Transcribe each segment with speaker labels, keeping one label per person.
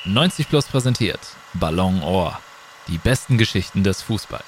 Speaker 1: 90 Plus präsentiert Ballon Ohr. Die besten Geschichten des Fußballs.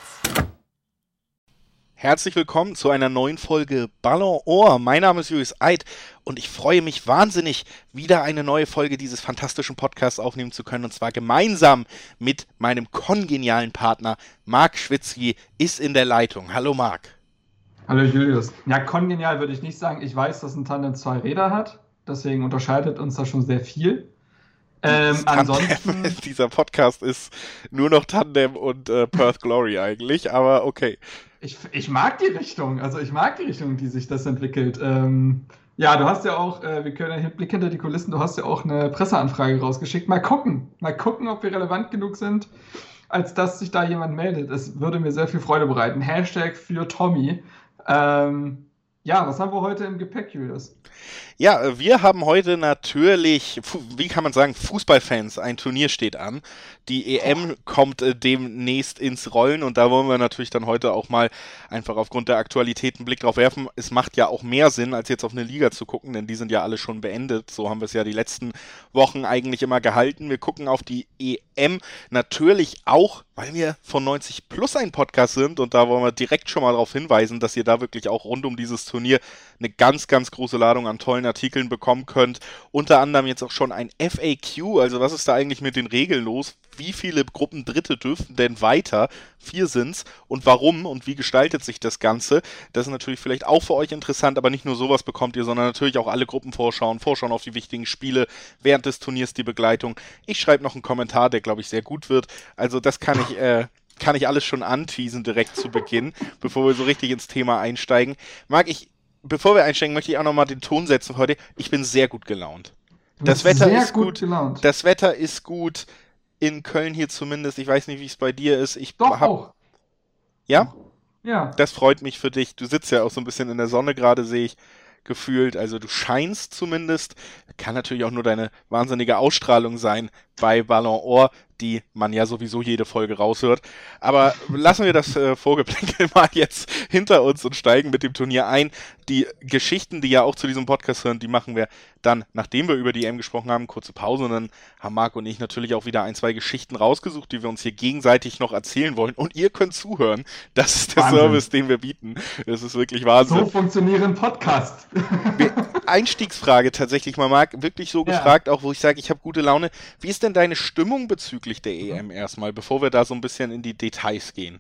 Speaker 2: Herzlich willkommen zu einer neuen Folge Ballon Ohr. Mein Name ist Julius Eid und ich freue mich wahnsinnig, wieder eine neue Folge dieses fantastischen Podcasts aufnehmen zu können. Und zwar gemeinsam mit meinem kongenialen Partner Marc Schwitzky ist in der Leitung. Hallo Marc.
Speaker 3: Hallo Julius. Ja, kongenial würde ich nicht sagen. Ich weiß, dass ein Tandem 2 Räder hat. Deswegen unterscheidet uns da schon sehr viel. Ansonsten.
Speaker 2: Dieser Podcast ist nur noch Tandem und Perth Glory eigentlich, aber okay.
Speaker 3: Ich mag die Richtung, die sich das entwickelt. Ja, du hast ja auch, wir können einen Blick hinter die Kulissen, du hast ja auch eine Presseanfrage rausgeschickt. Mal gucken, ob wir relevant genug sind, als dass sich da jemand meldet. Es würde mir sehr viel Freude bereiten. Hashtag für Tommy. Ja, was haben wir heute im Gepäck, Julius?
Speaker 2: Ja, wir haben heute natürlich, wie kann man sagen, Fußballfans. Ein Turnier steht an. Die EM kommt demnächst ins Rollen und da wollen wir natürlich dann heute auch mal einfach aufgrund der Aktualität einen Blick drauf werfen. Es macht ja auch mehr Sinn, als jetzt auf eine Liga zu gucken, denn die sind ja alle schon beendet. So haben wir es ja die letzten Wochen eigentlich immer gehalten. Wir gucken auf die EM natürlich auch, weil wir von 90 Plus ein Podcast sind und da wollen wir direkt schon mal darauf hinweisen, dass ihr da wirklich auch rund um dieses Turnier eine ganz, ganz große Ladung an tollen Artikeln bekommen könnt. Unter anderem jetzt auch schon ein FAQ, also was ist da eigentlich mit den Regeln los? Wie viele Gruppen Dritte dürfen denn weiter? 4 sind's. Und warum? Und wie gestaltet sich das Ganze? Das ist natürlich vielleicht auch für euch interessant, aber nicht nur sowas bekommt ihr, sondern natürlich auch alle Gruppenvorschauen, Vorschauen auf die wichtigen Spiele, während des Turniers die Begleitung. Ich schreibe noch einen Kommentar, der, glaube ich, sehr gut wird. Also das kann ich alles schon anteasen direkt zu Beginn, bevor wir so richtig ins Thema einsteigen. Bevor wir einsteigen, möchte ich auch nochmal den Ton setzen heute. Ich bin sehr gut gelaunt. Das Wetter ist gut. Das Wetter ist gut. In Köln hier zumindest. Ich weiß nicht, wie es bei dir ist.
Speaker 3: Auch.
Speaker 2: Ja?
Speaker 3: Ja.
Speaker 2: Das freut mich für dich. Du sitzt ja auch so ein bisschen in der Sonne gerade, sehe ich, gefühlt. Also du scheinst zumindest. Kann natürlich auch nur deine wahnsinnige Ausstrahlung sein bei Ballon Ohr, die man ja sowieso jede Folge raushört. Aber lassen wir das Vorgeplänkel mal jetzt hinter uns und steigen mit dem Turnier ein. Die Geschichten, die ja auch zu diesem Podcast hören, die machen wir dann, nachdem wir über die EM gesprochen haben, kurze Pause. Und dann haben Marc und ich natürlich auch wieder 1, 2 Geschichten rausgesucht, die wir uns hier gegenseitig noch erzählen wollen. Und ihr könnt zuhören. Das ist der
Speaker 3: Wahnsinn.
Speaker 2: Service, den wir bieten. Das ist wirklich Wahnsinn.
Speaker 3: So funktionieren Podcasts.
Speaker 2: Einstiegsfrage tatsächlich mal, Marc, wirklich so gefragt, auch wo ich sage, ich habe gute Laune. Wie ist denn deine Stimmung bezüglich der EM erstmal, bevor wir da so ein bisschen in die Details gehen?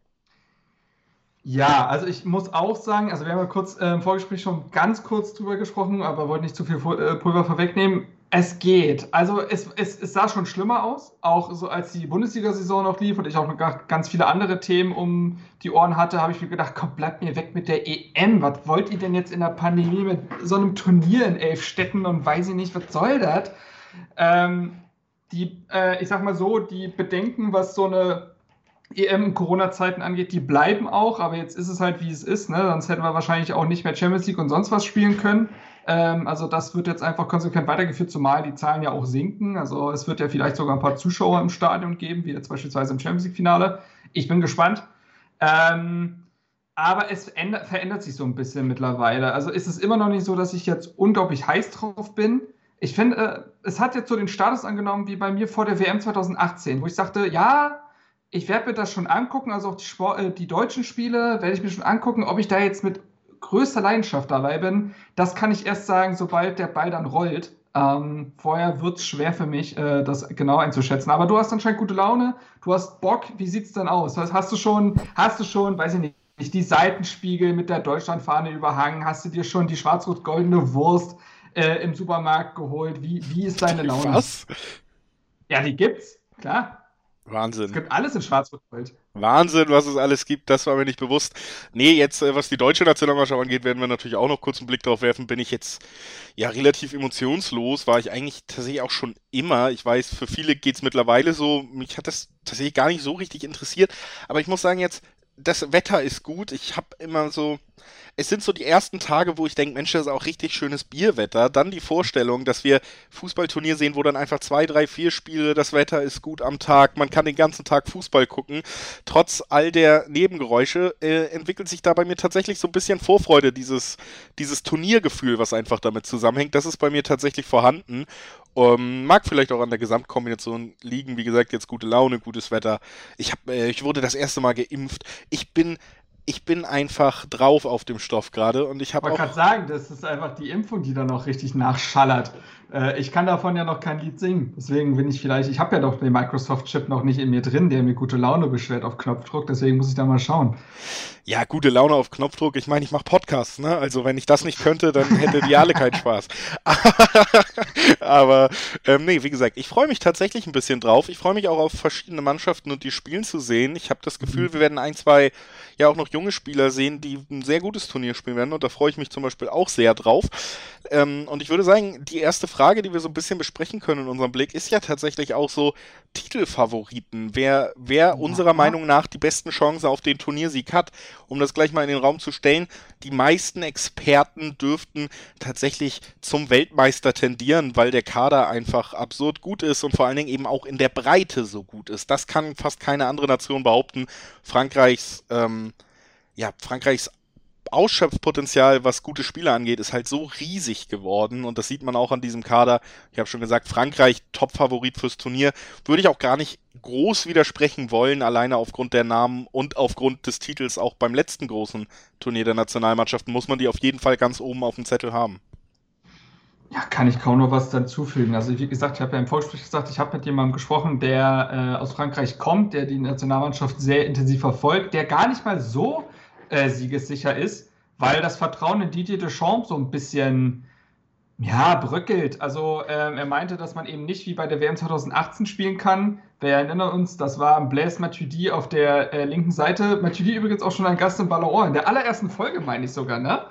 Speaker 3: Ja, also ich muss auch sagen, also wir haben ja kurz im Vorgespräch schon ganz kurz drüber gesprochen, aber wollten nicht zu viel Pulver vorwegnehmen. Es geht. Also es sah schon schlimmer aus, auch so als die Bundesliga-Saison noch lief und ich auch noch ganz viele andere Themen um die Ohren hatte, habe ich mir gedacht, komm, bleibt mir weg mit der EM. Was wollt ihr denn jetzt in der Pandemie mit so einem Turnier in 11 Städten und weiß ich nicht, was soll das? Ich sag mal so, die Bedenken, was so eine EM in Corona-Zeiten angeht, die bleiben auch, aber jetzt ist es halt, wie es ist, ne? Sonst hätten wir wahrscheinlich auch nicht mehr Champions League und sonst was spielen können. Also das wird jetzt einfach konsequent weitergeführt, zumal die Zahlen ja auch sinken. Also es wird ja vielleicht sogar ein paar Zuschauer im Stadion geben, wie jetzt beispielsweise im Champions League-Finale. Ich bin gespannt. Aber es verändert sich so ein bisschen mittlerweile. Also ist es immer noch nicht so, dass ich jetzt unglaublich heiß drauf bin. Ich finde, es hat jetzt so den Status angenommen wie bei mir vor der WM 2018, wo ich sagte, ja, ich werde mir das schon angucken, also auch die deutschen Spiele werde ich mir schon angucken, ob ich da jetzt mit größter Leidenschaft dabei bin. Das kann ich erst sagen, sobald der Ball dann rollt. Vorher wird es schwer für mich, das genau einzuschätzen. Aber du hast anscheinend gute Laune, du hast Bock. Wie sieht es denn aus? Hast du schon, weiß ich nicht, die Seitenspiegel mit der Deutschlandfahne überhangen? Hast du dir schon die schwarz-rot-goldene Wurst im Supermarkt geholt? Wie ist deine Laune?
Speaker 2: Was?
Speaker 3: Ja, die gibt's, klar.
Speaker 2: Wahnsinn.
Speaker 3: Es gibt alles in Schwarz-Rot-Gold.
Speaker 2: Wahnsinn, was es alles gibt, das war mir nicht bewusst. Nee, jetzt, was die deutsche Nationalmannschaft angeht, werden wir natürlich auch noch kurz einen Blick drauf werfen. Bin ich jetzt ja relativ emotionslos, war ich eigentlich tatsächlich auch schon immer. Ich weiß, für viele geht's mittlerweile so, mich hat das tatsächlich gar nicht so richtig interessiert. Aber ich muss sagen jetzt, das Wetter ist gut. Ich habe immer so, es sind so die ersten Tage, wo ich denke, Mensch, das ist auch richtig schönes Bierwetter. Dann die Vorstellung, dass wir Fußballturnier sehen, wo dann einfach 2, 3, 4 Spiele, das Wetter ist gut am Tag, man kann den ganzen Tag Fußball gucken. Trotz all der Nebengeräusche entwickelt sich da bei mir tatsächlich so ein bisschen Vorfreude, dieses Turniergefühl, was einfach damit zusammenhängt. Das ist bei mir tatsächlich vorhanden. Mag vielleicht auch an der Gesamtkombination liegen. Wie gesagt, jetzt gute Laune, gutes Wetter. Ich wurde das erste Mal geimpft. Ich bin einfach drauf auf dem Stoff gerade und ich
Speaker 3: Ich
Speaker 2: habe
Speaker 3: wollte
Speaker 2: auch.
Speaker 3: gerade sagen, das ist einfach die Impfung, die da noch richtig nachschallert. Ich kann davon ja noch kein Lied singen. Deswegen ich habe ja doch den Microsoft-Chip noch nicht in mir drin, der mir gute Laune beschwert auf Knopfdruck. Deswegen muss ich da mal schauen.
Speaker 2: Ja, gute Laune auf Knopfdruck. Ich meine, ich mache Podcasts, ne? Also wenn ich das nicht könnte, dann hätte die alle keinen Spaß. Aber nee, wie gesagt, ich freue mich tatsächlich ein bisschen drauf. Ich freue mich auch auf verschiedene Mannschaften und die spielen zu sehen. Ich habe das Gefühl, wir werden ein, zwei ja auch noch junge Spieler sehen, die ein sehr gutes Turnier spielen werden. Und da freue ich mich zum Beispiel auch sehr drauf. Und ich würde sagen, die erste Frage, die wir so ein bisschen besprechen können in unserem Blick, ist ja tatsächlich auch so Titelfavoriten. Wer unserer Meinung nach die besten Chancen auf den Turniersieg hat. Um das gleich mal in den Raum zu stellen, die meisten Experten dürften tatsächlich zum Weltmeister tendieren, weil der Kader einfach absurd gut ist und vor allen Dingen eben auch in der Breite so gut ist. Das kann fast keine andere Nation behaupten. Frankreichs Ausschöpfpotenzial, was gute Spieler angeht, ist halt so riesig geworden und das sieht man auch an diesem Kader. Ich habe schon gesagt, Frankreich Top-Favorit fürs Turnier. Würde ich auch gar nicht groß widersprechen wollen, alleine aufgrund der Namen und aufgrund des Titels auch beim letzten großen Turnier der Nationalmannschaften muss man die auf jeden Fall ganz oben auf dem Zettel haben.
Speaker 3: Ja, kann ich kaum noch was dazufügen. Also wie gesagt, ich habe ja im Vorgespräch gesagt, ich habe mit jemandem gesprochen, der aus Frankreich kommt, der die Nationalmannschaft sehr intensiv verfolgt, der gar nicht mal so siegessicher ist, weil das Vertrauen in Didier Deschamps so ein bisschen bröckelt. Also er meinte, dass man eben nicht wie bei der WM 2018 spielen kann. Wir erinnern uns, das war Blaise Matuidi auf der linken Seite. Matuidi übrigens auch schon ein Gast im Ballon d'Or, in der allerersten Folge meine ich sogar, ne?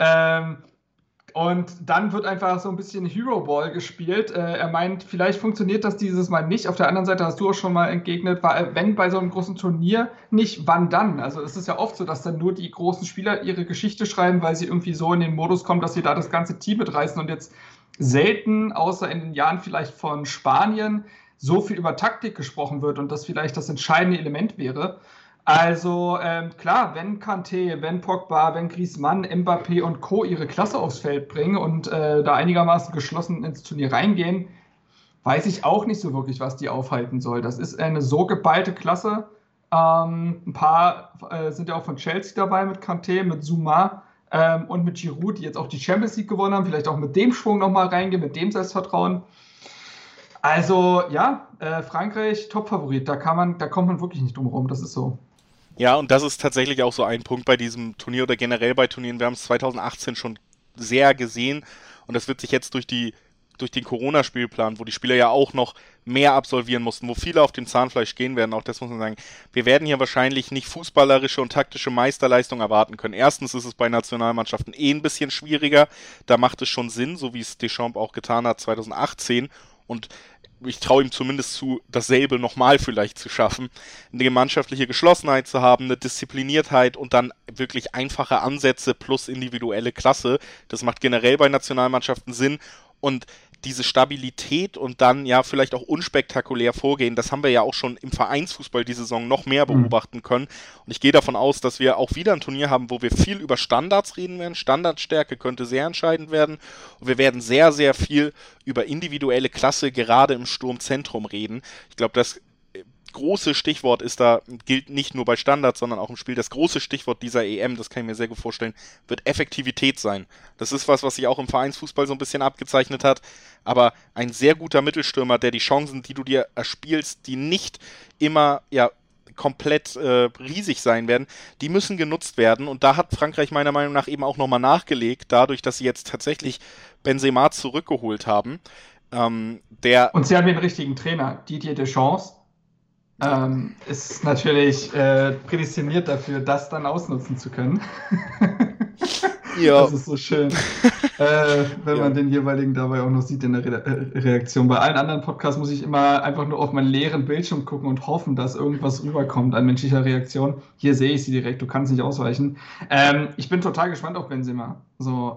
Speaker 3: Und dann wird einfach so ein bisschen Hero Ball gespielt. Er meint, vielleicht funktioniert das dieses Mal nicht. Auf der anderen Seite hast du auch schon mal entgegnet, wenn bei so einem großen Turnier nicht, wann dann? Also es ist ja oft so, dass dann nur die großen Spieler ihre Geschichte schreiben, weil sie irgendwie so in den Modus kommen, dass sie da das ganze Team mitreißen und jetzt selten, außer in den Jahren vielleicht von Spanien, so viel über Taktik gesprochen wird und das vielleicht das entscheidende Element wäre. Also klar, wenn Kanté, wenn Pogba, wenn Griezmann, Mbappé und Co. ihre Klasse aufs Feld bringen und da einigermaßen geschlossen ins Turnier reingehen, weiß ich auch nicht so wirklich, was die aufhalten soll. Das ist eine so geballte Klasse. Ein paar sind ja auch von Chelsea dabei mit Kanté, mit Zouma und mit Giroud, die jetzt auch die Champions League gewonnen haben, vielleicht auch mit dem Schwung nochmal reingehen, mit dem Selbstvertrauen. Also ja, Frankreich Top-Favorit, da kommt man wirklich nicht drum rum, das ist so.
Speaker 2: Ja, und das ist tatsächlich auch so ein Punkt bei diesem Turnier oder generell bei Turnieren. Wir haben es 2018 schon sehr gesehen und das wird sich jetzt durch den Corona-Spielplan, wo die Spieler ja auch noch mehr absolvieren mussten, wo viele auf dem Zahnfleisch gehen werden, auch das muss man sagen. Wir werden hier wahrscheinlich nicht fußballerische und taktische Meisterleistung erwarten können. Erstens ist es bei Nationalmannschaften ein bisschen schwieriger. Da macht es schon Sinn, so wie es Deschamps auch getan hat 2018 und ich traue ihm zumindest zu, dasselbe nochmal vielleicht zu schaffen, eine gemeinschaftliche Geschlossenheit zu haben, eine Diszipliniertheit und dann wirklich einfache Ansätze plus individuelle Klasse. Das macht generell bei Nationalmannschaften Sinn und diese Stabilität und dann ja vielleicht auch unspektakulär vorgehen, das haben wir ja auch schon im Vereinsfußball die Saison noch mehr beobachten können. Und ich gehe davon aus, dass wir auch wieder ein Turnier haben, wo wir viel über Standards reden werden. Standardstärke könnte sehr entscheidend werden. Und wir werden sehr, sehr viel über individuelle Klasse gerade im Sturmzentrum reden. Ich glaube, das große Stichwort gilt nicht nur bei Standards, sondern auch im Spiel. Das große Stichwort dieser EM, das kann ich mir sehr gut vorstellen, wird Effektivität sein. Das ist was sich auch im Vereinsfußball so ein bisschen abgezeichnet hat. Aber ein sehr guter Mittelstürmer, der die Chancen, die du dir erspielst, die nicht immer komplett riesig sein werden, die müssen genutzt werden. Und da hat Frankreich meiner Meinung nach eben auch nochmal nachgelegt, dadurch, dass sie jetzt tatsächlich Benzema zurückgeholt haben.
Speaker 3: Und sie haben den richtigen Trainer, Didier Deschamps. Ist natürlich prädestiniert dafür, das dann ausnutzen zu können. Ja. Das ist so schön, wenn man den jeweiligen dabei auch noch sieht in der Reaktion. Bei allen anderen Podcasts muss ich immer einfach nur auf meinen leeren Bildschirm gucken und hoffen, dass irgendwas rüberkommt an menschlicher Reaktion. Hier sehe ich sie direkt, du kannst nicht ausweichen. Ich bin total gespannt auf Benzema. So,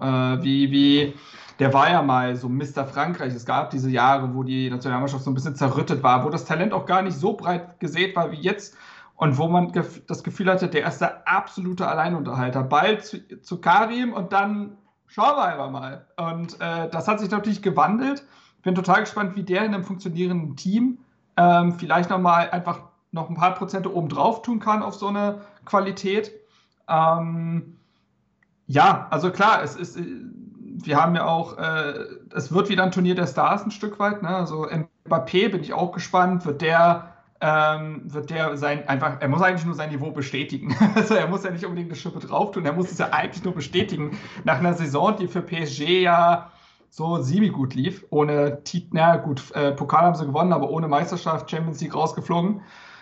Speaker 3: der war ja mal so Mr. Frankreich. Es gab diese Jahre, wo die Nationalmannschaft so ein bisschen zerrüttet war, wo das Talent auch gar nicht so breit gesät war wie jetzt und wo man das Gefühl hatte, der ist der absolute Alleinunterhalter. Ball zu Karim und dann schauen wir einfach mal. Und das hat sich natürlich gewandelt, Bin total gespannt, wie der in einem funktionierenden Team vielleicht nochmal einfach noch ein paar Prozente oben drauf tun kann auf so eine Qualität. Ja, also klar, wir haben ja auch, es wird wieder ein Turnier der Stars ein Stück weit. Ne? Also Mbappé bin ich auch gespannt, er muss eigentlich nur sein Niveau bestätigen. Also er muss ja nicht unbedingt eine Schippe drauf tun, er muss es ja eigentlich nur bestätigen. Nach einer Saison, die für PSG ja so semi-gut lief, ohne Titel, Pokal haben sie gewonnen, aber ohne Meisterschaft, Champions League rausgeflogen.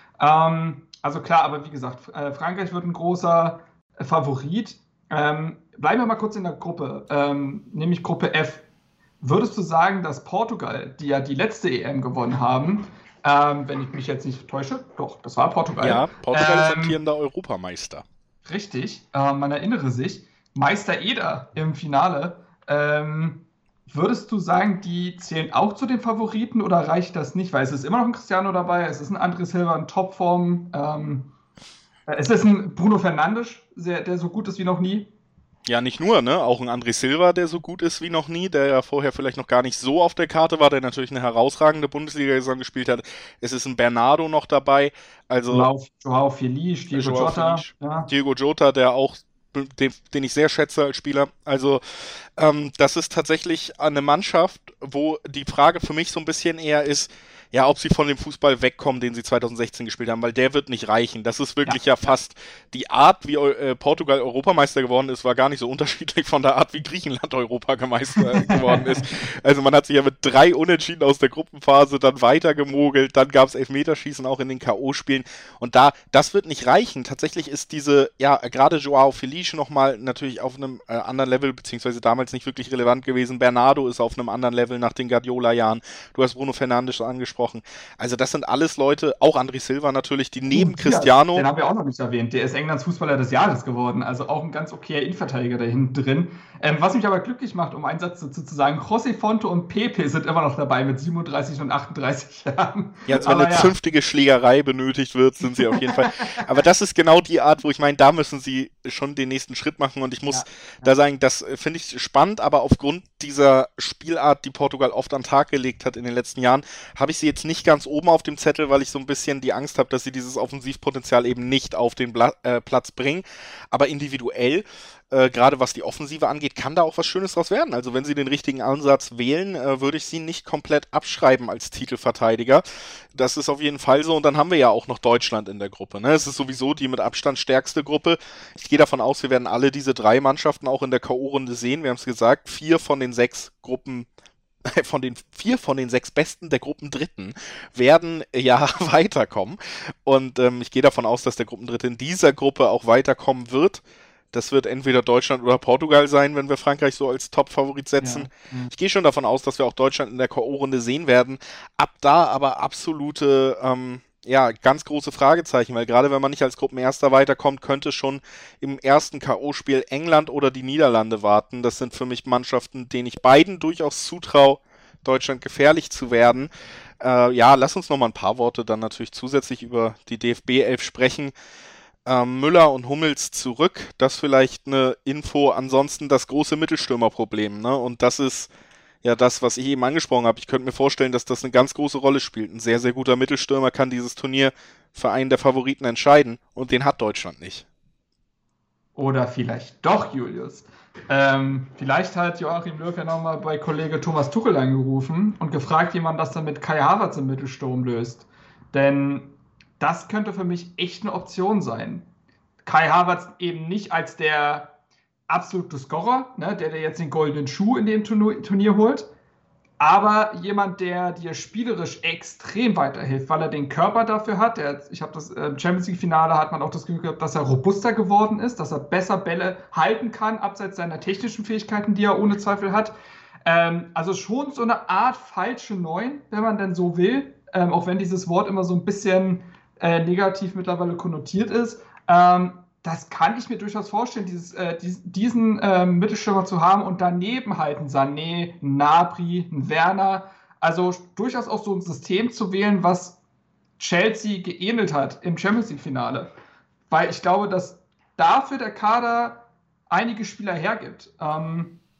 Speaker 3: Also klar, aber wie gesagt, Frankreich wird ein großer Favorit. Bleiben wir mal kurz in der Gruppe, nämlich Gruppe F. Würdest du sagen, dass Portugal, die ja die letzte EM gewonnen haben, wenn ich mich jetzt nicht täusche, doch, das war Portugal.
Speaker 2: Ja, Portugal ist amtierender Europameister.
Speaker 3: Richtig, man erinnere sich, Meister Eder im Finale. Würdest du sagen, die zählen auch zu den Favoriten oder reicht das nicht? Weil es ist immer noch ein Cristiano dabei, es ist ein André Silva in Topform, es ist ein Bruno Fernandes, der so gut ist wie noch nie.
Speaker 2: Ja, nicht nur, ne? Auch ein André Silva, der so gut ist wie noch nie, der ja vorher vielleicht noch gar nicht so auf der Karte war, der natürlich eine herausragende Bundesliga-Saison gespielt hat. Es ist ein Bernardo noch dabei. Also
Speaker 3: Joao Felix, Diego Jota.
Speaker 2: Ja. Diego Jota, der auch, den ich sehr schätze als Spieler. Also das ist tatsächlich eine Mannschaft, wo die Frage für mich so ein bisschen eher ist, ja, ob sie von dem Fußball wegkommen, den sie 2016 gespielt haben, weil der wird nicht reichen. Das ist wirklich ja fast die Art, wie Portugal Europameister geworden ist, war gar nicht so unterschiedlich von der Art, wie Griechenland Europameister geworden ist. Also man hat sich ja mit 3 Unentschieden aus der Gruppenphase dann weitergemogelt, dann gab es Elfmeterschießen auch in den K.O.-Spielen und das wird nicht reichen. Tatsächlich ist gerade Joao Felix nochmal natürlich auf einem anderen Level, beziehungsweise damals nicht wirklich relevant gewesen. Bernardo ist auf einem anderen Level nach den Guardiola-Jahren. Du hast Bruno Fernandes angesprochen. Also das sind alles Leute, auch André Silva natürlich, die neben Cristiano...
Speaker 3: Den haben wir auch noch nicht erwähnt. Der ist Englands Fußballer des Jahres geworden. Also auch ein ganz okayer Innenverteidiger da hinten drin. Was mich aber glücklich macht, um einen Satz dazu zu sagen, José Fonte und Pepe sind immer noch dabei mit 37 und 38 Jahren.
Speaker 2: Ja, also wenn eine zünftige Schlägerei benötigt wird, sind sie auf jeden Fall... Aber das ist genau die Art, wo ich meine, da müssen sie schon den nächsten Schritt machen und ich muss da sagen, das finde ich spannend, aber aufgrund dieser Spielart, die Portugal oft an den Tag gelegt hat in den letzten Jahren, habe ich sie jetzt nicht ganz oben auf dem Zettel, weil ich so ein bisschen die Angst habe, dass sie dieses Offensivpotenzial eben nicht auf den Platz bringen. Aber individuell, gerade was die Offensive angeht, kann da auch was Schönes draus werden. Also wenn sie den richtigen Ansatz wählen, würde ich sie nicht komplett abschreiben als Titelverteidiger. Das ist auf jeden Fall so. Und dann haben wir ja auch noch Deutschland in der Gruppe. Ne? Es ist sowieso die mit Abstand stärkste Gruppe. Ich gehe davon aus, wir werden alle diese 3 Mannschaften auch in der K.O.-Runde sehen. Wir haben es gesagt, 4 von den 6 Besten der Gruppendritten werden ja weiterkommen. Und ich gehe davon aus, dass der Gruppendritte in dieser Gruppe auch weiterkommen wird. Das wird entweder Deutschland oder Portugal sein, wenn wir Frankreich so als Top-Favorit setzen. Ja. Ich gehe schon davon aus, dass wir auch Deutschland in der K.O.-Runde sehen werden. Ab da aber absolute, ganz große Fragezeichen, weil gerade wenn man nicht als Gruppenerster weiterkommt, könnte schon im ersten K.O.-Spiel England oder die Niederlande warten. Das sind für mich Mannschaften, denen ich beiden durchaus zutraue, Deutschland gefährlich zu werden. Lass uns noch mal ein paar Worte dann natürlich zusätzlich über die DFB-11 sprechen. Müller und Hummels zurück, das vielleicht eine Info. Ansonsten das große Mittelstürmerproblem, ne? Und das ist ja das, was ich eben angesprochen habe. Ich könnte mir vorstellen, dass das eine ganz große Rolle spielt. Ein sehr, sehr guter Mittelstürmer kann dieses Turnier für einen der Favoriten entscheiden und den hat Deutschland nicht.
Speaker 3: Oder vielleicht doch, Julius. Vielleicht hat Joachim Löw ja nochmal bei Kollege Thomas Tuchel angerufen und gefragt, wie man das dann mit Kai Havertz im Mittelsturm löst. Denn das könnte für mich echt eine Option sein. Kai Havertz eben nicht als der absolute Scorer, ne, der jetzt den goldenen Schuh in dem Turnier holt, aber jemand, der dir spielerisch extrem weiterhilft, weil er den Körper dafür hat. Ich habe das im Champions League-Finale hat man auch das Gefühl gehabt, dass er robuster geworden ist, dass er besser Bälle halten kann, abseits seiner technischen Fähigkeiten, die er ohne Zweifel hat. Also schon so eine Art falsche Neun, wenn man denn so will, auch wenn dieses Wort immer so ein bisschen negativ mittlerweile konnotiert ist. Das kann ich mir durchaus vorstellen, diesen Mittelstürmer zu haben und daneben halt einen Sané, einen Gnabry, einen Werner. Also durchaus auch so ein System zu wählen, was Chelsea geähnelt hat im Champions League-Finale. Weil ich glaube, dass dafür der Kader einige Spieler hergibt. Du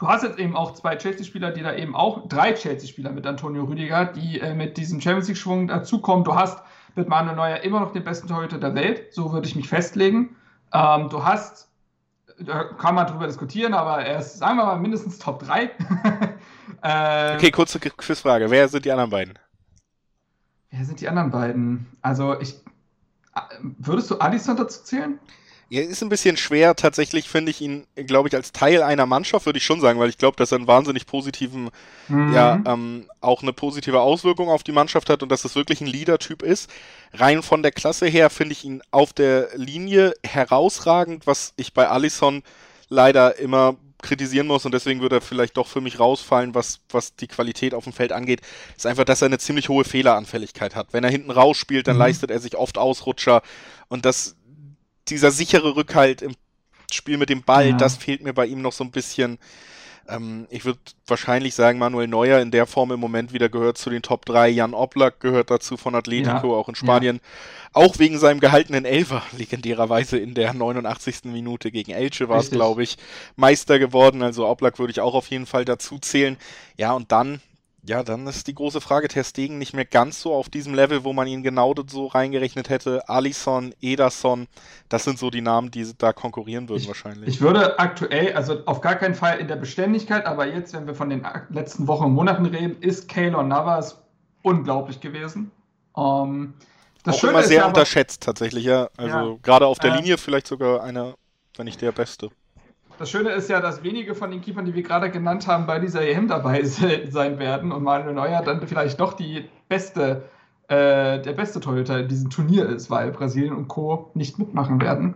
Speaker 3: Du hast jetzt eben auch 2 Chelsea-Spieler, die da eben auch 3 Chelsea-Spieler mit Antonio Rüdiger, die mit diesem Champions League-Schwung dazukommen. Du hast mit Manuel Neuer immer noch den besten Torhüter der Welt, so würde ich mich festlegen. Du hast, da kann man drüber diskutieren, aber er ist, sagen wir mal, mindestens Top 3.
Speaker 2: Okay, kurze Quizfrage. Wer sind die anderen beiden?
Speaker 3: Wer sind die anderen beiden? Also würdest du Alisson dazu zählen?
Speaker 2: Ja, ist ein bisschen schwer. Tatsächlich finde ich ihn, glaube ich, als Teil einer Mannschaft, würde ich schon sagen, weil ich glaube, dass er einen wahnsinnig positiven, auch eine positive Auswirkung auf die Mannschaft hat und dass es wirklich ein Leader-Typ ist. Rein von der Klasse her finde ich ihn auf der Linie herausragend, was ich bei Alisson leider immer kritisieren muss und deswegen würde er vielleicht doch für mich rausfallen, was die Qualität auf dem Feld angeht, ist einfach, dass er eine ziemlich hohe Fehleranfälligkeit hat. Wenn er hinten raus spielt, dann leistet er sich oft Ausrutscher und dieser sichere Rückhalt im Spiel mit dem Ball, das fehlt mir bei ihm noch so ein bisschen. Ich würde wahrscheinlich sagen, Manuel Neuer in der Form im Moment wieder gehört zu den Top 3. Jan Oblak gehört dazu von Atletico, auch in Spanien. Auch wegen seinem gehaltenen Elfer, legendärerweise in der 89. Minute gegen Elche war es, glaube ich, Meister geworden. Also Oblak würde ich auch auf jeden Fall dazu zählen. Ja, und dann ist die große Frage, Ter Stegen nicht mehr ganz so auf diesem Level, wo man ihn genau so reingerechnet hätte. Alisson, Ederson, das sind so die Namen, die da konkurrieren würden wahrscheinlich.
Speaker 3: Ich würde aktuell, also auf gar keinen Fall in der Beständigkeit, aber jetzt, wenn wir von den letzten Wochen und Monaten reden, ist Keylor Navas unglaublich gewesen.
Speaker 2: Das auch immer sehr unterschätzt tatsächlich, ja. Also gerade auf der Linie vielleicht sogar einer, wenn nicht der Beste.
Speaker 3: Das Schöne ist ja, dass wenige von den Keepern, die wir gerade genannt haben, bei dieser EM dabei sein werden und Manuel Neuer dann vielleicht doch der beste Torhüter in diesem Turnier ist, weil Brasilien und Co. nicht mitmachen werden.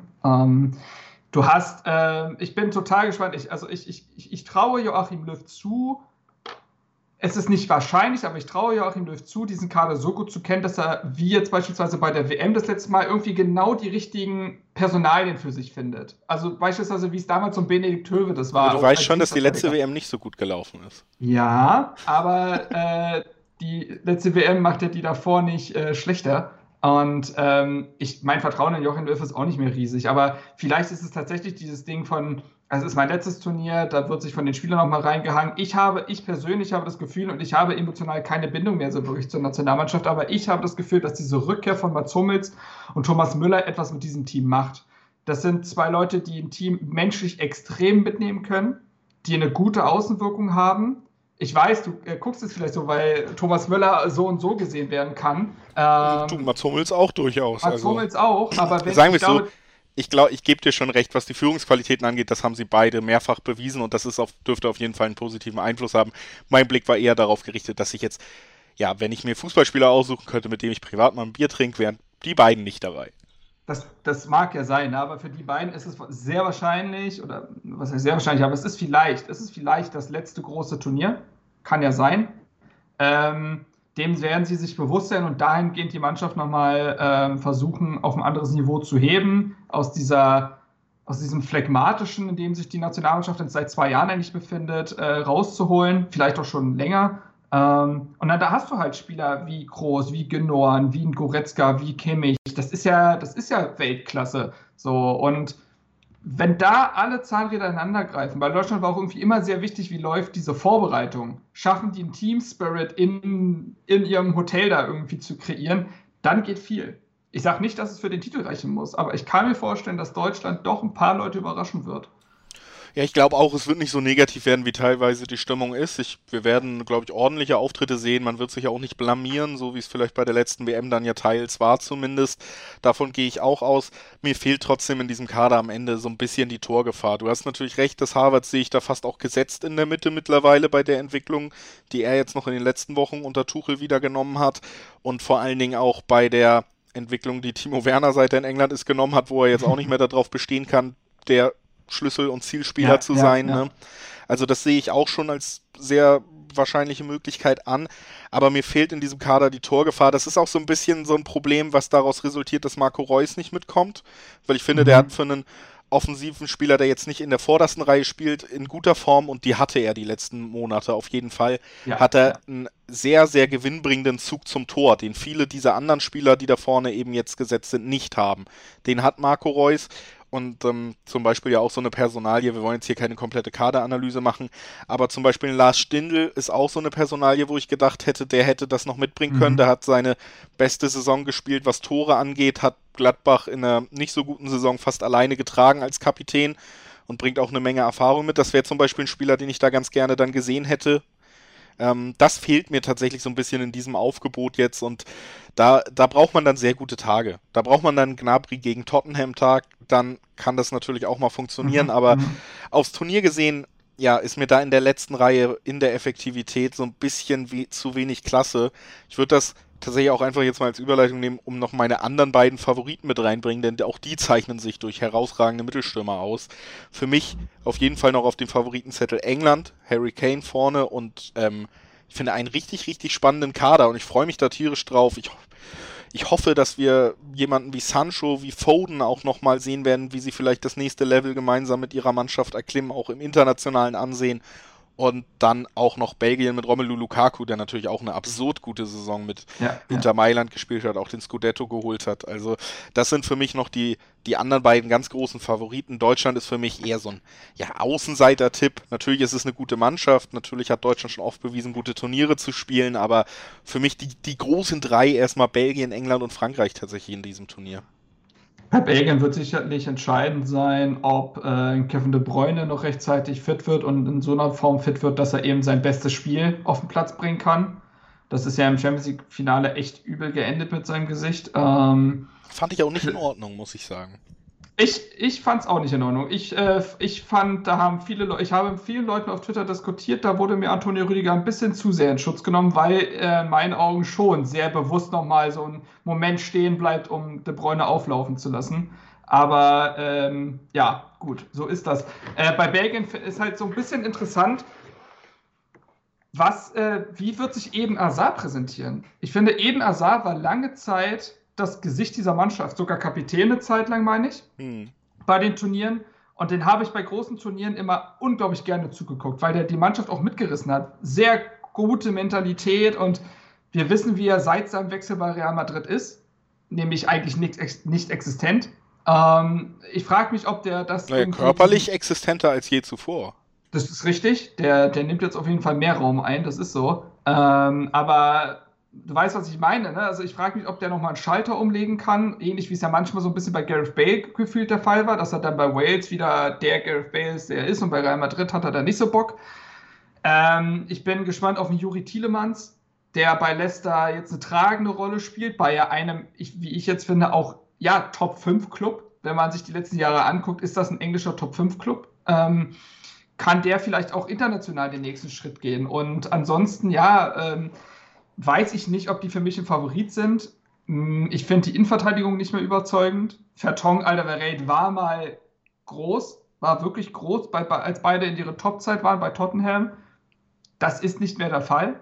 Speaker 3: Ich bin total gespannt. Ich traue Joachim Löw zu. Es ist nicht wahrscheinlich, aber ich traue Joachim Löw zu, diesen Kader so gut zu kennen, dass er, wie jetzt beispielsweise bei der WM das letzte Mal, irgendwie genau die richtigen Personalien für sich findet. Also beispielsweise, wie es damals um Benedikt Höwe das war.
Speaker 2: Aber du weißt schon, dass die letzte WM nicht so gut gelaufen ist.
Speaker 3: Ja, aber die letzte WM macht ja die davor nicht schlechter. Und mein Vertrauen in Joachim Löw ist auch nicht mehr riesig. Aber vielleicht ist es tatsächlich dieses Ding von, es ist mein letztes Turnier, da wird sich von den Spielern nochmal reingehangen. Ich persönlich habe das Gefühl, und ich habe emotional keine Bindung mehr so wirklich zur Nationalmannschaft, aber ich habe das Gefühl, dass diese Rückkehr von Mats Hummels und Thomas Müller etwas mit diesem Team macht. Das sind 2 Leute, die ein Team menschlich extrem mitnehmen können, die eine gute Außenwirkung haben. Ich weiß, du guckst es vielleicht so, weil Thomas Müller so und so gesehen werden kann.
Speaker 2: Mats Hummels auch durchaus.
Speaker 3: Mats Hummels auch, aber wenn
Speaker 2: sagen wir es so, ich gebe dir schon recht, was die Führungsqualitäten angeht, das haben sie beide mehrfach bewiesen und das dürfte auf jeden Fall einen positiven Einfluss haben. Mein Blick war eher darauf gerichtet, dass ich jetzt, wenn ich mir Fußballspieler aussuchen könnte, mit dem ich privat mal ein Bier trinke, wären die beiden nicht dabei.
Speaker 3: Das mag ja sein, aber für die beiden ist es sehr wahrscheinlich, oder was heißt sehr wahrscheinlich, aber es ist vielleicht das letzte große Turnier. Kann ja sein. Dem werden sie sich bewusst sein und dahingehend die Mannschaft nochmal versuchen, auf ein anderes Niveau zu heben, aus diesem Phlegmatischen, in dem sich die Nationalmannschaft jetzt seit 2 Jahren eigentlich befindet, rauszuholen, vielleicht auch schon länger. Und dann da hast du halt Spieler wie Kroos, wie Gündogan, wie ein Goretzka, wie Kimmich. Das ist ja Weltklasse. So, und wenn da alle Zahnräder ineinander greifen, bei Deutschland war auch irgendwie immer sehr wichtig, wie läuft diese Vorbereitung. Schaffen die einen Team-Spirit in ihrem Hotel da irgendwie zu kreieren, dann geht viel. Ich sage nicht, dass es für den Titel reichen muss, aber ich kann mir vorstellen, dass Deutschland doch ein paar Leute überraschen wird.
Speaker 2: Ja, ich glaube auch, es wird nicht so negativ werden, wie teilweise die Stimmung ist. Wir werden, glaube ich, ordentliche Auftritte sehen. Man wird sich auch nicht blamieren, so wie es vielleicht bei der letzten WM dann ja teils war zumindest. Davon gehe ich auch aus. Mir fehlt trotzdem in diesem Kader am Ende so ein bisschen die Torgefahr. Du hast natürlich recht, das Harvard sehe ich da fast auch gesetzt in der Mitte mittlerweile bei der Entwicklung, die er jetzt noch in den letzten Wochen unter Tuchel wieder genommen hat. Und vor allen Dingen auch bei der Entwicklung, die Timo Werner, seit er in England ist, genommen hat, wo er jetzt auch nicht mehr darauf bestehen kann, der Schlüssel- und Zielspieler zu sein. Ne? Also das sehe ich auch schon als sehr wahrscheinliche Möglichkeit an, aber mir fehlt in diesem Kader die Torgefahr. Das ist auch so ein bisschen so ein Problem, was daraus resultiert, dass Marco Reus nicht mitkommt, weil ich finde, der hat für einen offensiven Spieler, der jetzt nicht in der vordersten Reihe spielt, in guter Form, und die hatte er die letzten Monate auf jeden Fall, hat er einen sehr, sehr gewinnbringenden Zug zum Tor, den viele dieser anderen Spieler, die da vorne eben jetzt gesetzt sind, nicht haben. Den hat Marco Reus, und zum Beispiel ja auch so eine Personalie, wir wollen jetzt hier keine komplette Kaderanalyse machen, aber zum Beispiel Lars Stindl ist auch so eine Personalie, wo ich gedacht hätte, der hätte das noch mitbringen können, der hat seine beste Saison gespielt, was Tore angeht, hat Gladbach in einer nicht so guten Saison fast alleine getragen als Kapitän und bringt auch eine Menge Erfahrung mit. Das wäre zum Beispiel ein Spieler, den ich da ganz gerne dann gesehen hätte. Das fehlt mir tatsächlich so ein bisschen in diesem Aufgebot jetzt und da braucht man dann sehr gute Tage. Da braucht man dann Gnabry gegen Tottenham-Tag, dann kann das natürlich auch mal funktionieren, aber aufs Turnier gesehen, ja, ist mir da in der letzten Reihe in der Effektivität so ein bisschen zu wenig Klasse. Ich würde das tatsächlich auch einfach jetzt mal als Überleitung nehmen, um noch meine anderen beiden Favoriten mit reinbringen, denn auch die zeichnen sich durch herausragende Mittelstürmer aus. Für mich auf jeden Fall noch auf dem Favoritenzettel England, Harry Kane vorne und ich finde einen richtig, richtig spannenden Kader und ich freue mich da tierisch drauf. Ich hoffe, dass wir jemanden wie Sancho, wie Foden auch nochmal sehen werden, wie sie vielleicht das nächste Level gemeinsam mit ihrer Mannschaft erklimmen, auch im internationalen Ansehen. Und dann auch noch Belgien mit Romelu Lukaku, der natürlich auch eine absurd gute Saison mit Inter Mailand gespielt hat, auch den Scudetto geholt hat. Also das sind für mich noch die anderen beiden ganz großen Favoriten. Deutschland ist für mich eher so ein Außenseiter-Tipp. Natürlich ist es eine gute Mannschaft, natürlich hat Deutschland schon oft bewiesen, gute Turniere zu spielen, aber für mich die großen drei erstmal Belgien, England und Frankreich tatsächlich in diesem Turnier.
Speaker 3: Bei Belgien wird sicherlich entscheidend sein, ob Kevin De Bruyne noch rechtzeitig fit wird und in so einer Form fit wird, dass er eben sein bestes Spiel auf den Platz bringen kann. Das ist ja im Champions League-Finale echt übel geendet mit seinem Gesicht.
Speaker 2: Fand ich auch nicht in Ordnung, muss ich sagen.
Speaker 3: Ich fand es auch nicht in Ordnung. Ich fand, ich habe mit vielen Leuten auf Twitter diskutiert, da wurde mir Antonio Rüdiger ein bisschen zu sehr in Schutz genommen, weil in meinen Augen schon sehr bewusst nochmal so ein Moment stehen bleibt, um De Bruyne auflaufen zu lassen. Aber ja, gut, so ist das. Bei Belgien ist halt so ein bisschen interessant, wie wird sich Eden Hazard präsentieren? Ich finde, Eden Hazard war lange Zeit das Gesicht dieser Mannschaft, sogar Kapitän eine Zeit lang, meine ich, bei den Turnieren. Und den habe ich bei großen Turnieren immer unglaublich gerne zugeguckt, weil der die Mannschaft auch mitgerissen hat. Sehr gute Mentalität und wir wissen, wie er seit seinem Wechsel bei Real Madrid ist, nämlich eigentlich nicht existent. Ich frage mich, ob der das...
Speaker 2: körperlich existenter als je zuvor.
Speaker 3: Das ist richtig. Der nimmt jetzt auf jeden Fall mehr Raum ein, das ist so. Aber du weißt, was ich meine, ne? Also ich frage mich, ob der nochmal einen Schalter umlegen kann, ähnlich wie es ja manchmal so ein bisschen bei Gareth Bale gefühlt der Fall war, dass er dann bei Wales wieder der Gareth Bale ist, der ist, und bei Real Madrid hat er da nicht so Bock. Ich bin gespannt auf den Juri Tielemans, der bei Leicester jetzt eine tragende Rolle spielt, bei einem, wie ich jetzt finde, auch Top-5-Club. Wenn man sich die letzten Jahre anguckt, ist das ein englischer Top-5-Club. Kann der vielleicht auch international den nächsten Schritt gehen? Und ansonsten, weiß ich nicht, ob die für mich ein Favorit sind. Ich finde die Innenverteidigung nicht mehr überzeugend. Vertonghen Alderweireld war mal groß, war wirklich groß, als beide in ihrer Topzeit waren bei Tottenham. Das ist nicht mehr der Fall.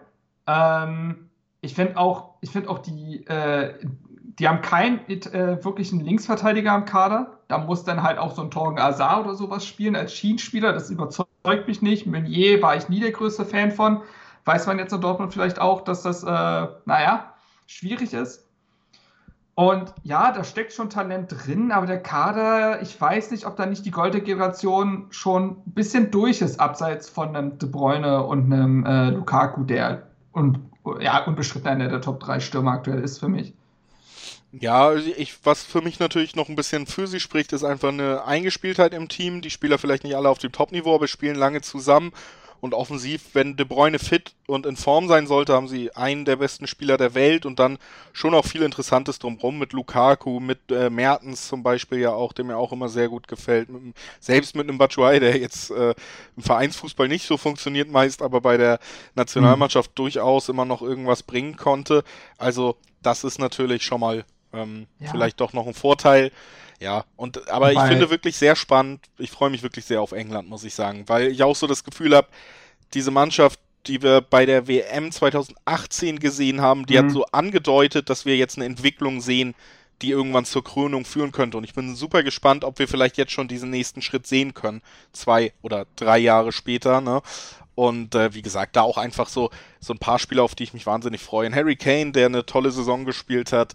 Speaker 3: Ich finde auch die haben keinen wirklichen Linksverteidiger am Kader. Da muss dann halt auch so ein Thorgan Hazard oder sowas spielen als Schienenspieler. Das überzeugt mich nicht. Meunier war ich nie der größte Fan von. Weiß man jetzt in Dortmund vielleicht auch, dass das, schwierig ist. Und ja, da steckt schon Talent drin, aber der Kader, ich weiß nicht, ob da nicht die goldene Generation schon ein bisschen durch ist, abseits von einem De Bruyne und einem Lukaku, der unbestritten einer der Top 3 Stürmer aktuell ist für mich.
Speaker 2: Ja, was für mich natürlich noch ein bisschen für sie spricht, ist einfach eine Eingespieltheit im Team. Die Spieler vielleicht nicht alle auf dem Top-Niveau, aber spielen lange zusammen. Und offensiv, wenn De Bruyne fit und in Form sein sollte, haben sie einen der besten Spieler der Welt und dann schon auch viel Interessantes drumherum mit Lukaku, mit Mertens zum Beispiel ja auch, der mir auch immer sehr gut gefällt. Selbst mit einem Batshuayi, der jetzt im Vereinsfußball nicht so funktioniert meist, aber bei der Nationalmannschaft durchaus immer noch irgendwas bringen konnte. Also das ist natürlich schon mal vielleicht doch noch ein Vorteil. Ja, aber ich finde wirklich sehr spannend, ich freue mich wirklich sehr auf England, muss ich sagen, weil ich auch so das Gefühl habe, diese Mannschaft, die wir bei der WM 2018 gesehen haben, die hat so angedeutet, dass wir jetzt eine Entwicklung sehen, die irgendwann zur Krönung führen könnte. Und ich bin super gespannt, ob wir vielleicht jetzt schon diesen nächsten Schritt sehen können, 2 oder 3 Jahre später, ne? Und wie gesagt, da auch einfach so ein paar Spieler, auf die ich mich wahnsinnig freue. Harry Kane, der eine tolle Saison gespielt hat,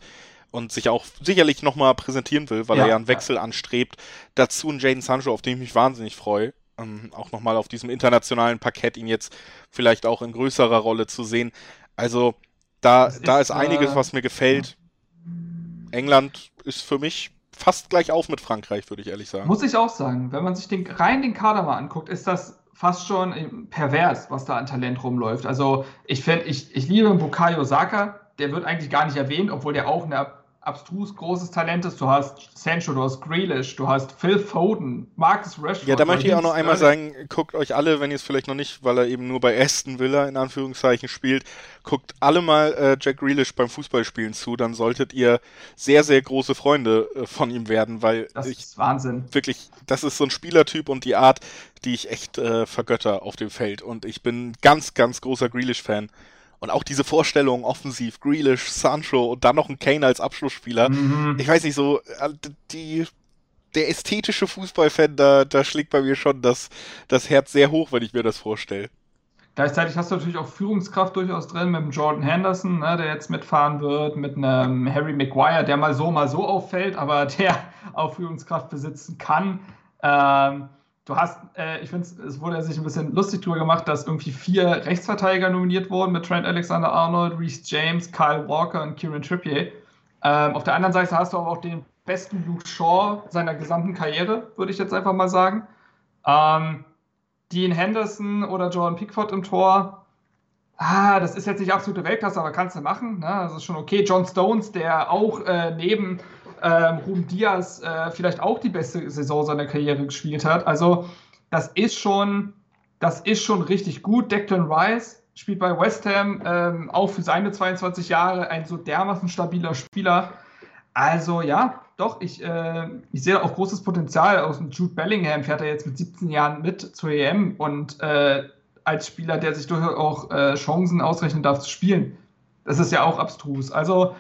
Speaker 2: und sich auch sicherlich nochmal präsentieren will, weil er ja einen Wechsel anstrebt. Dazu ein Jadon Sancho, auf den ich mich wahnsinnig freue. Auch nochmal auf diesem internationalen Parkett ihn jetzt vielleicht auch in größerer Rolle zu sehen. Also da ist einiges, was mir gefällt. England ist für mich fast gleich auf mit Frankreich, würde ich ehrlich sagen.
Speaker 3: Muss ich auch sagen, wenn man sich den Kader mal anguckt, ist das fast schon pervers, was da an Talent rumläuft. Also ich liebe Bukayo Saka, der wird eigentlich gar nicht erwähnt, obwohl der auch eine abstrus großes Talent ist. Du hast Sancho, du hast Grealish, du hast Phil Foden, Marcus Rashford.
Speaker 2: Ja, da möchte ich auch noch einmal sagen, guckt euch alle, wenn ihr es vielleicht noch nicht, weil er eben nur bei Aston Villa in Anführungszeichen spielt, guckt alle mal Jack Grealish beim Fußballspielen zu, dann solltet ihr sehr, sehr große Freunde von ihm werden, weil
Speaker 3: das ist Wahnsinn.
Speaker 2: Wirklich, das ist so ein Spielertyp und die Art, die ich echt vergötter auf dem Feld und ich bin ganz, ganz großer Grealish-Fan. Und auch diese Vorstellung, offensiv, Grealish, Sancho und dann noch ein Kane als Abschlussspieler. Ich weiß nicht, so, der ästhetische Fußballfan, da schlägt bei mir schon das Herz sehr hoch, wenn ich mir das vorstelle.
Speaker 3: Gleichzeitig hast du natürlich auch Führungskraft durchaus drin mit dem Jordan Henderson, ne, der jetzt mitfahren wird, mit einem Harry Maguire, der mal so auffällt, aber der auch Führungskraft besitzen kann. Du hast, ich finde, es wurde sich ein bisschen lustig drüber gemacht, dass irgendwie 4 Rechtsverteidiger nominiert wurden mit Trent Alexander-Arnold, Reece James, Kyle Walker und Kieran Trippier. Auf der anderen Seite hast du aber auch den besten Luke Shaw seiner gesamten Karriere, würde ich jetzt einfach mal sagen. Dean Henderson oder Jordan Pickford im Tor. Das ist jetzt nicht absolute Weltklasse, aber kannst du machen. Ne? Das ist schon okay. John Stones, der auch neben Ruben Diaz vielleicht auch die beste Saison seiner Karriere gespielt hat. Also das ist schon richtig gut. Declan Rice spielt bei West Ham, auch für seine 22 Jahre ein so dermaßen stabiler Spieler. Also ja, doch, ich sehe auch großes Potenzial aus dem Jude Bellingham, fährt er jetzt mit 17 Jahren mit zur EM und als Spieler, der sich durchaus auch Chancen ausrechnen darf zu spielen. Das ist ja auch abstrus. Also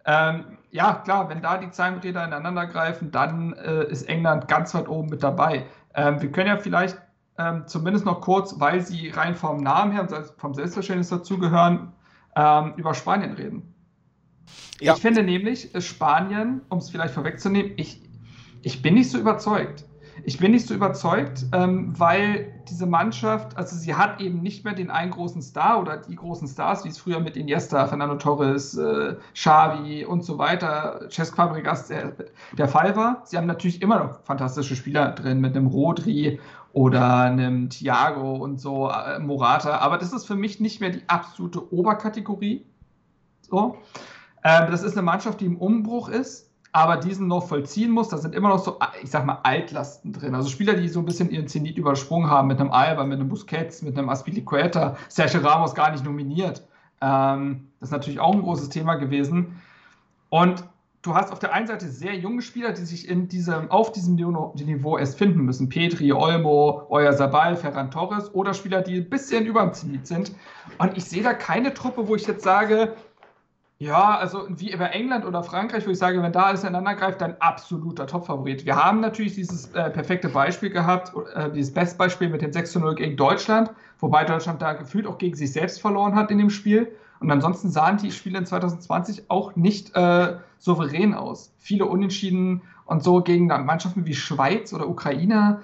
Speaker 3: ja, klar, wenn da die Zahnräder ineinander greifen, dann ist England ganz weit oben mit dabei. Wir können ja vielleicht zumindest noch kurz, weil sie rein vom Namen her und vom Selbstverständnis dazugehören, über Spanien reden. Ja. Ich finde nämlich, Spanien, um es vielleicht vorwegzunehmen, ich bin nicht so überzeugt. Ich bin nicht so überzeugt, weil diese Mannschaft, also sie hat eben nicht mehr den einen großen Star oder die großen Stars, wie es früher mit Iniesta, Fernando Torres, Xavi und so weiter, Cesc Fabregas der Fall war. Sie haben natürlich immer noch fantastische Spieler drin mit einem Rodri oder einem Thiago und so, Morata, aber das ist für mich nicht mehr die absolute Oberkategorie. So. Das ist eine Mannschaft, die im Umbruch ist, aber diesen noch vollziehen muss. Da sind immer noch so, ich sag mal, Altlasten drin. Also Spieler, die so ein bisschen ihren Zenit übersprungen haben, mit einem Alba, mit einem Busquets, mit einem Azpilicueta, Sergio Ramos gar nicht nominiert. Das ist natürlich auch ein großes Thema gewesen. Und du hast auf der einen Seite sehr junge Spieler, die sich auf diesem Niveau erst finden müssen. Pedri, Olmo, Oyarzabal, Ferran Torres oder Spieler, die ein bisschen über dem Zenit sind. Und ich sehe da keine Truppe, wo ich jetzt sage, ja, also wie bei England oder Frankreich, wo ich sage, wenn da alles ineinander greift, dann absoluter Topfavorit. Wir haben natürlich dieses perfekte Beispiel gehabt, dieses Bestbeispiel mit dem 6:0 gegen Deutschland, wobei Deutschland da gefühlt auch gegen sich selbst verloren hat in dem Spiel. Und ansonsten sahen die Spiele in 2020 auch nicht souverän aus. Viele Unentschieden und so gegen Mannschaften wie Schweiz oder Ukraine.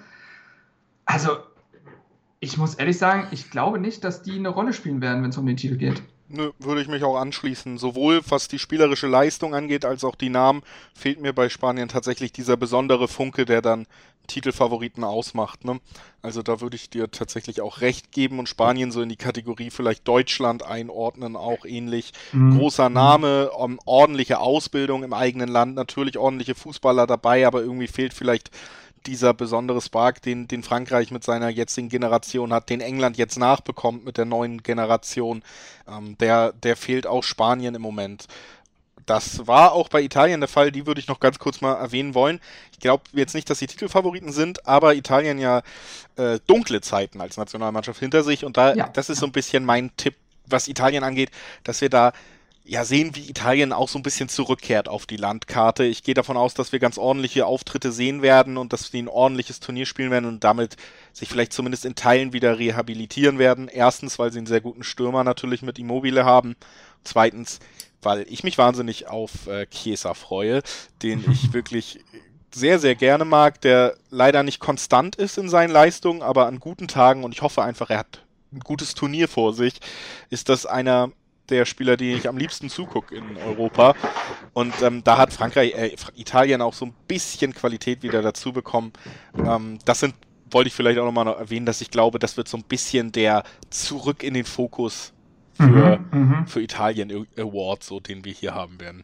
Speaker 3: Also, ich muss ehrlich sagen, ich glaube nicht, dass die eine Rolle spielen werden, wenn es um den Titel geht.
Speaker 2: Nö, würde ich mich auch anschließen. Sowohl was die spielerische Leistung angeht, als auch die Namen, fehlt mir bei Spanien tatsächlich dieser besondere Funke, der dann Titelfavoriten ausmacht. Ne? Also da würde ich dir tatsächlich auch recht geben und Spanien so in die Kategorie vielleicht Deutschland einordnen, auch ähnlich. Großer Name, ordentliche Ausbildung im eigenen Land, natürlich ordentliche Fußballer dabei, aber irgendwie fehlt vielleicht dieser besondere Spark, den Frankreich mit seiner jetzigen Generation hat, den England jetzt nachbekommt mit der neuen Generation, der fehlt auch Spanien im Moment. Das war auch bei Italien der Fall, die würde ich noch ganz kurz mal erwähnen wollen. Ich glaube jetzt nicht, dass sie Titelfavoriten sind, aber Italien ja dunkle Zeiten als Nationalmannschaft hinter sich und das ist so ein bisschen mein Tipp, was Italien angeht, dass wir da ja sehen, wie Italien auch so ein bisschen zurückkehrt auf die Landkarte. Ich gehe davon aus, dass wir ganz ordentliche Auftritte sehen werden und dass wir ein ordentliches Turnier spielen werden und damit sich vielleicht zumindest in Teilen wieder rehabilitieren werden. Erstens, weil sie einen sehr guten Stürmer natürlich mit Immobile haben. Zweitens, weil ich mich wahnsinnig auf Chiesa freue, den ich wirklich sehr, sehr gerne mag, der leider nicht konstant ist in seinen Leistungen, aber an guten Tagen, und ich hoffe einfach, er hat ein gutes Turnier vor sich, ist das einer der Spieler, die ich am liebsten zugucke in Europa. Und da hat Italien auch so ein bisschen Qualität wieder dazu bekommen. Wollte ich vielleicht auch nochmal erwähnen, dass ich glaube, das wird so ein bisschen der Zurück in den Fokus für Italien Award, so den wir hier haben werden.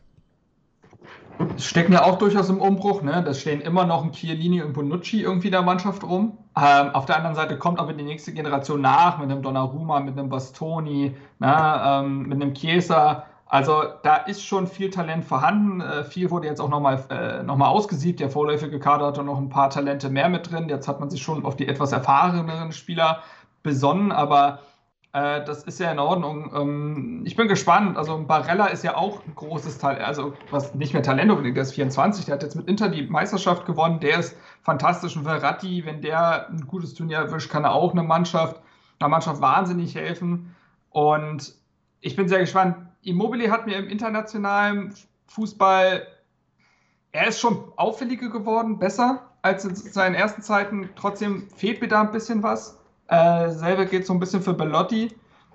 Speaker 3: Stecken ja auch durchaus im Umbruch, ne? Da stehen immer noch ein Chiellini und Bonucci irgendwie in der Mannschaft rum. Auf der anderen Seite kommt aber die nächste Generation nach, mit einem Donnarumma, mit einem Bastoni, mit einem Chiesa. Also da ist schon viel Talent vorhanden. Viel wurde jetzt auch nochmal ausgesiebt. Der vorläufige Kader hat noch ein paar Talente mehr mit drin. Jetzt hat man sich schon auf die etwas erfahreneren Spieler besonnen, aber das ist ja in Ordnung. Ich bin gespannt. Also Barella ist ja auch ein großes Talent, also was nicht mehr Talent unbedingt, der ist 24, der hat jetzt mit Inter die Meisterschaft gewonnen, der ist fantastisch. Und Verratti, wenn der ein gutes Turnier erwischt, kann er auch einer Mannschaft wahnsinnig helfen. Und ich bin sehr gespannt. Immobile hat mir im internationalen Fußball, er ist schon auffälliger geworden, besser als in seinen ersten Zeiten. Trotzdem fehlt mir da ein bisschen was. Selber geht so ein bisschen für Belotti.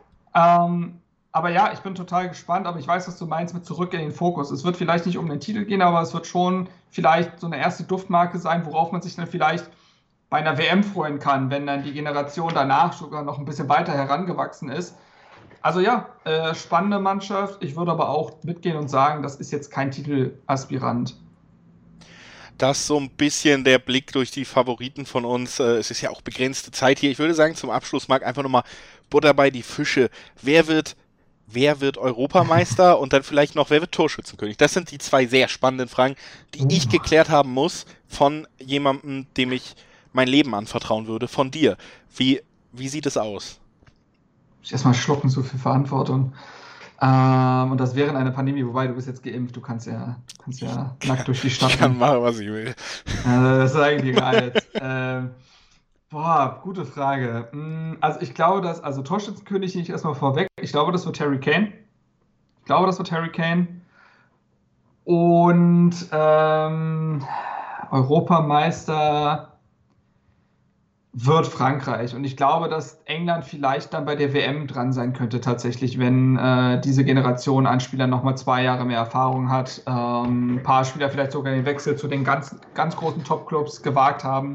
Speaker 3: Aber ja, ich bin total gespannt, aber ich weiß, was du meinst mit zurück in den Fokus. Es wird vielleicht nicht um den Titel gehen, aber es wird schon vielleicht so eine erste Duftmarke sein, worauf man sich dann vielleicht bei einer WM freuen kann, wenn dann die Generation danach sogar noch ein bisschen weiter herangewachsen ist. Also ja, spannende Mannschaft. Ich würde aber auch mitgehen und sagen, das ist jetzt kein Titelaspirant.
Speaker 2: Das ist so ein bisschen der Blick durch die Favoriten von uns. Es ist ja auch begrenzte Zeit hier. Ich würde sagen, zum Abschluss, Marc, einfach nochmal Butter bei die Fische. Wer wird Europameister und dann vielleicht noch, wer wird Torschützenkönig? Das sind die zwei sehr spannenden Fragen, die ich geklärt haben muss von jemandem, dem ich mein Leben anvertrauen würde, von dir. Wie sieht es aus?
Speaker 3: Ich erstmal schlucken, so viel Verantwortung. Und das während einer Pandemie, wobei du bist jetzt geimpft, du kannst ja nackt durch die Stadt.
Speaker 2: Ich kann machen, was ich will.
Speaker 3: Das ist eigentlich egal jetzt. Gute Frage. Also ich glaube, also Torschützenkönig nehme ich erstmal vorweg. Ich glaube, das wird Harry Kane. Und Europameister wird Frankreich. Und ich glaube, dass England vielleicht dann bei der WM dran sein könnte tatsächlich, wenn diese Generation an Spielern nochmal 2 Jahre mehr Erfahrung hat. Ein paar Spieler vielleicht sogar den Wechsel zu den ganz, ganz großen Top-Clubs gewagt haben.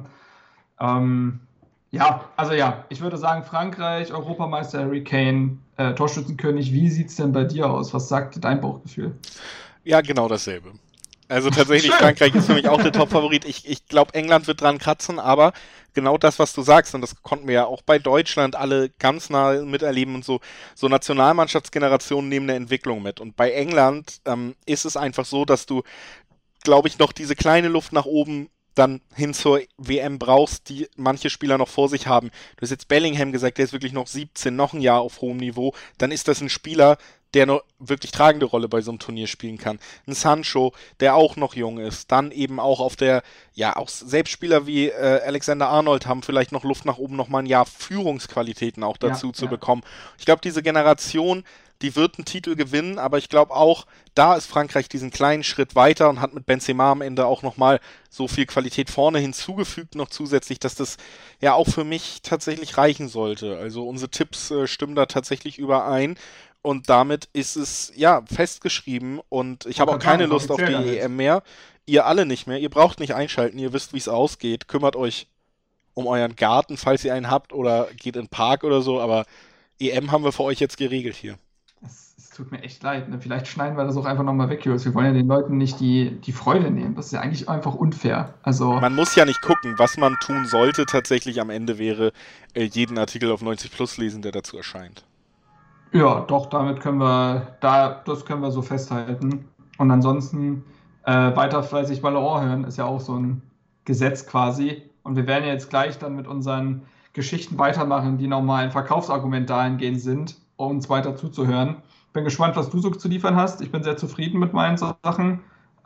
Speaker 3: Ich würde sagen Frankreich, Europameister Harry Kane, Torschützenkönig. Wie sieht es denn bei dir aus? Was sagt dein Bauchgefühl?
Speaker 2: Ja, genau dasselbe. Also tatsächlich, Frankreich ist für mich auch der Top-Favorit. Ich glaube, England wird dran kratzen, aber genau das, was du sagst, und das konnten wir ja auch bei Deutschland alle ganz nah miterleben und so Nationalmannschaftsgenerationen nehmen eine Entwicklung mit. Und bei England ist es einfach so, dass du, glaube ich, noch diese kleine Luft nach oben dann hin zur WM brauchst, die manche Spieler noch vor sich haben. Du hast jetzt Bellingham gesagt, der ist wirklich noch 17, noch ein Jahr auf hohem Niveau. Dann ist das ein Spieler, der noch wirklich tragende Rolle bei so einem Turnier spielen kann. Ein Sancho, der auch noch jung ist. Dann eben auch auch selbst Spieler wie Alexander Arnold haben vielleicht noch Luft nach oben, noch mal ein Jahr Führungsqualitäten auch dazu zu bekommen. Ich glaube, diese Generation, die wird einen Titel gewinnen, aber ich glaube auch, da ist Frankreich diesen kleinen Schritt weiter und hat mit Benzema am Ende auch nochmal so viel Qualität vorne hinzugefügt, noch zusätzlich, dass das ja auch für mich tatsächlich reichen sollte. Also unsere Tipps stimmen da tatsächlich überein und damit ist es ja festgeschrieben und ich habe auch keine Lust auf die EM mehr. Ihr alle nicht mehr, ihr braucht nicht einschalten, ihr wisst, wie es ausgeht. Kümmert euch um euren Garten, falls ihr einen habt oder geht in den Park oder so, aber EM haben wir für euch jetzt geregelt hier.
Speaker 3: Es tut mir echt leid. Ne? Vielleicht schneiden wir das auch einfach nochmal weg, Julius. Wir wollen ja den Leuten nicht die Freude nehmen. Das ist ja eigentlich einfach unfair. Also
Speaker 2: man muss ja nicht gucken. Was man tun sollte tatsächlich am Ende wäre, jeden Artikel auf 90 Plus lesen, der dazu erscheint.
Speaker 3: Ja, doch, das können wir so festhalten. Und ansonsten weiter fleißig Ballon hören, ist ja auch so ein Gesetz quasi. Und wir werden ja jetzt gleich dann mit unseren Geschichten weitermachen, die nochmal ein Verkaufsargument dahingehend sind, um uns weiter zuzuhören. Bin gespannt, was du so zu liefern hast. Ich bin sehr zufrieden mit meinen Sachen.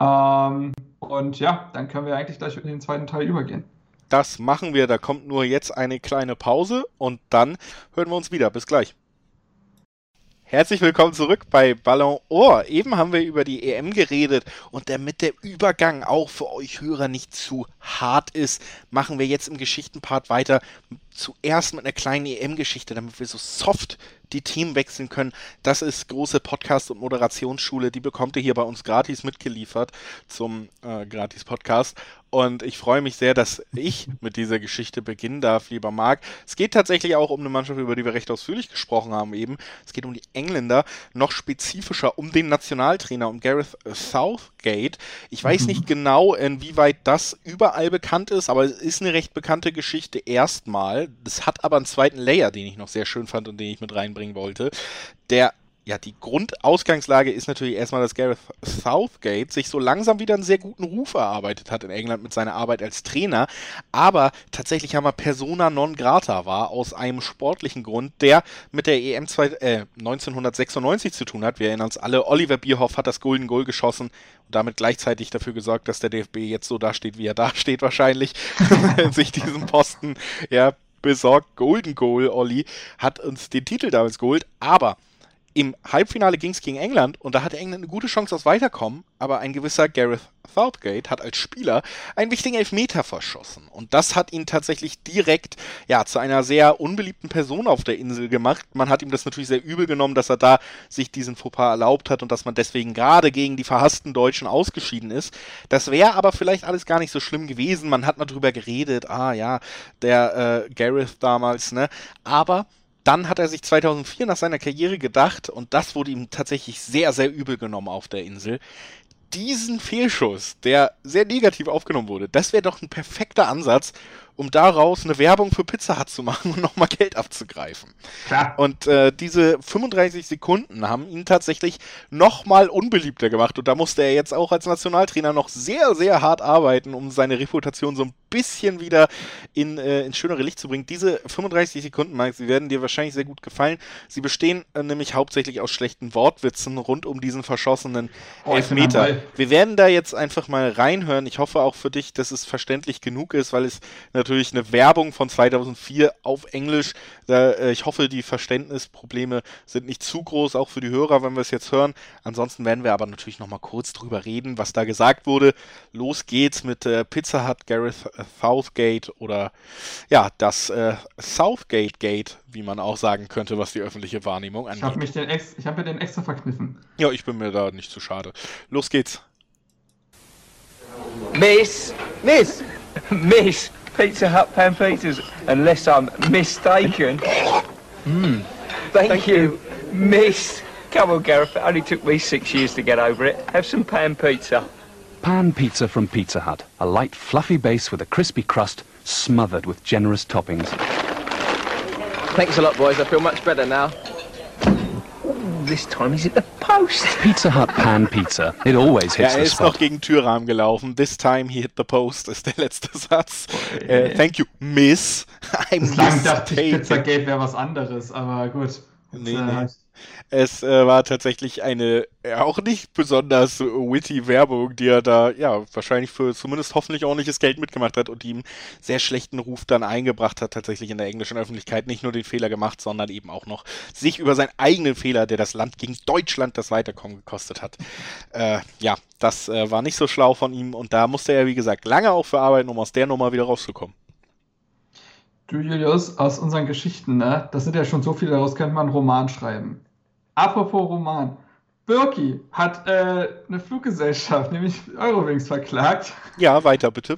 Speaker 3: Und ja, dann können wir eigentlich gleich in den zweiten Teil übergehen.
Speaker 2: Das machen wir. Da kommt nur jetzt eine kleine Pause und dann hören wir uns wieder. Bis gleich. Herzlich willkommen zurück bei Ballon d'Or. Eben haben wir über die EM geredet und damit der Übergang auch für euch Hörer nicht zu hart ist, machen wir jetzt im Geschichtenpart weiter. Zuerst mit einer kleinen EM-Geschichte, damit wir so soft die Themen wechseln können. Das ist große Podcast- und Moderationsschule, die bekommt ihr hier bei uns gratis mitgeliefert zum Gratis-Podcast. Und ich freue mich sehr, dass ich mit dieser Geschichte beginnen darf, lieber Marc. Es geht tatsächlich auch um eine Mannschaft, über die wir recht ausführlich gesprochen haben eben. Es geht um die Engländer, noch spezifischer um den Nationaltrainer, um Gareth Southgate. Ich weiß nicht genau, inwieweit das überall bekannt ist, aber es ist eine recht bekannte Geschichte erstmal. Das hat aber einen zweiten Layer, den ich noch sehr schön fand und den ich mit reinbringen wollte. Die Grundausgangslage ist natürlich erstmal, dass Gareth Southgate sich so langsam wieder einen sehr guten Ruf erarbeitet hat in England mit seiner Arbeit als Trainer, aber tatsächlich haben wir Persona non grata war, aus einem sportlichen Grund, der mit der EM 1996 zu tun hat. Wir erinnern uns alle, Oliver Bierhoff hat das Golden Goal geschossen und damit gleichzeitig dafür gesorgt, dass der DFB jetzt so dasteht, wie er dasteht wahrscheinlich, sich diesen Posten besorgt. Golden Goal, Olli, hat uns den Titel damals geholt, aber im Halbfinale ging es gegen England und da hatte England eine gute Chance aufs Weiterkommen, aber ein gewisser Gareth Southgate hat als Spieler einen wichtigen Elfmeter verschossen und das hat ihn tatsächlich direkt zu einer sehr unbeliebten Person auf der Insel gemacht. Man hat ihm das natürlich sehr übel genommen, dass er da sich diesen Fauxpas erlaubt hat und dass man deswegen gerade gegen die verhassten Deutschen ausgeschieden ist. Das wäre aber vielleicht alles gar nicht so schlimm gewesen. Man hat mal drüber geredet, der Gareth damals, ne, aber dann hat er sich 2004 nach seiner Karriere gedacht, und das wurde ihm tatsächlich sehr, sehr übel genommen auf der Insel, diesen Fehlschuss, der sehr negativ aufgenommen wurde, das wäre doch ein perfekter Ansatz, um daraus eine Werbung für Pizza Hut zu machen und nochmal Geld abzugreifen. Klar. Und diese 35 Sekunden haben ihn tatsächlich nochmal unbeliebter gemacht und da musste er jetzt auch als Nationaltrainer noch sehr, sehr hart arbeiten, um seine Reputation so ein bisschen wieder ins schönere Licht zu bringen. Diese 35 Sekunden, Mike, sie werden dir wahrscheinlich sehr gut gefallen. Sie bestehen nämlich hauptsächlich aus schlechten Wortwitzen rund um diesen verschossenen Elfmeter. Wir werden da jetzt einfach mal reinhören. Ich hoffe auch für dich, dass es verständlich genug ist, weil es natürlich eine Werbung von 2004 auf Englisch. Ich hoffe, die Verständnisprobleme sind nicht zu groß, auch für die Hörer, wenn wir es jetzt hören. Ansonsten werden wir aber natürlich nochmal kurz drüber reden, was da gesagt wurde. Los geht's mit Pizza Hut, Gareth Southgate oder das Southgate Gate, wie man auch sagen könnte, was die öffentliche Wahrnehmung angeht.
Speaker 3: Ich habe mir den extra verkniffen.
Speaker 2: Ja, ich bin mir da nicht zu schade. Los geht's.
Speaker 4: Miss, Pizza Hut pan pizzas, unless I'm mistaken. Thank you, Miss. Come on, Gareth, it only took me 6 years to get over it. Have some pan pizza.
Speaker 5: Pan pizza from Pizza Hut. A light, fluffy base with a crispy crust smothered with generous toppings.
Speaker 4: Thanks a lot, boys. I feel much better now. This time he's at the post.
Speaker 5: Pizza Hut Pan Pizza. It always hits the spot.
Speaker 2: Er ist noch gegen Türrahmen gelaufen. This time he hit the post ist der letzte Satz. Thank you, Miss.
Speaker 3: Bislang dachte ich, Pizzagate wäre was anderes, aber gut.
Speaker 2: Nee. Es war tatsächlich eine auch nicht besonders witty Werbung, die er da wahrscheinlich für zumindest hoffentlich ordentliches Geld mitgemacht hat und ihm sehr schlechten Ruf dann eingebracht hat, tatsächlich in der englischen Öffentlichkeit. Nicht nur den Fehler gemacht, sondern eben auch noch sich über seinen eigenen Fehler, der das Land gegen Deutschland das Weiterkommen gekostet hat. Das war nicht so schlau von ihm und da musste er, wie gesagt, lange auch für arbeiten, um aus der Nummer wieder rauszukommen.
Speaker 3: Du, Julius, aus unseren Geschichten, ne? Das sind ja schon so viele, daraus könnte man einen Roman schreiben. Apropos Roman. Birki hat eine Fluggesellschaft, nämlich Eurowings, verklagt.
Speaker 2: Ja, weiter bitte.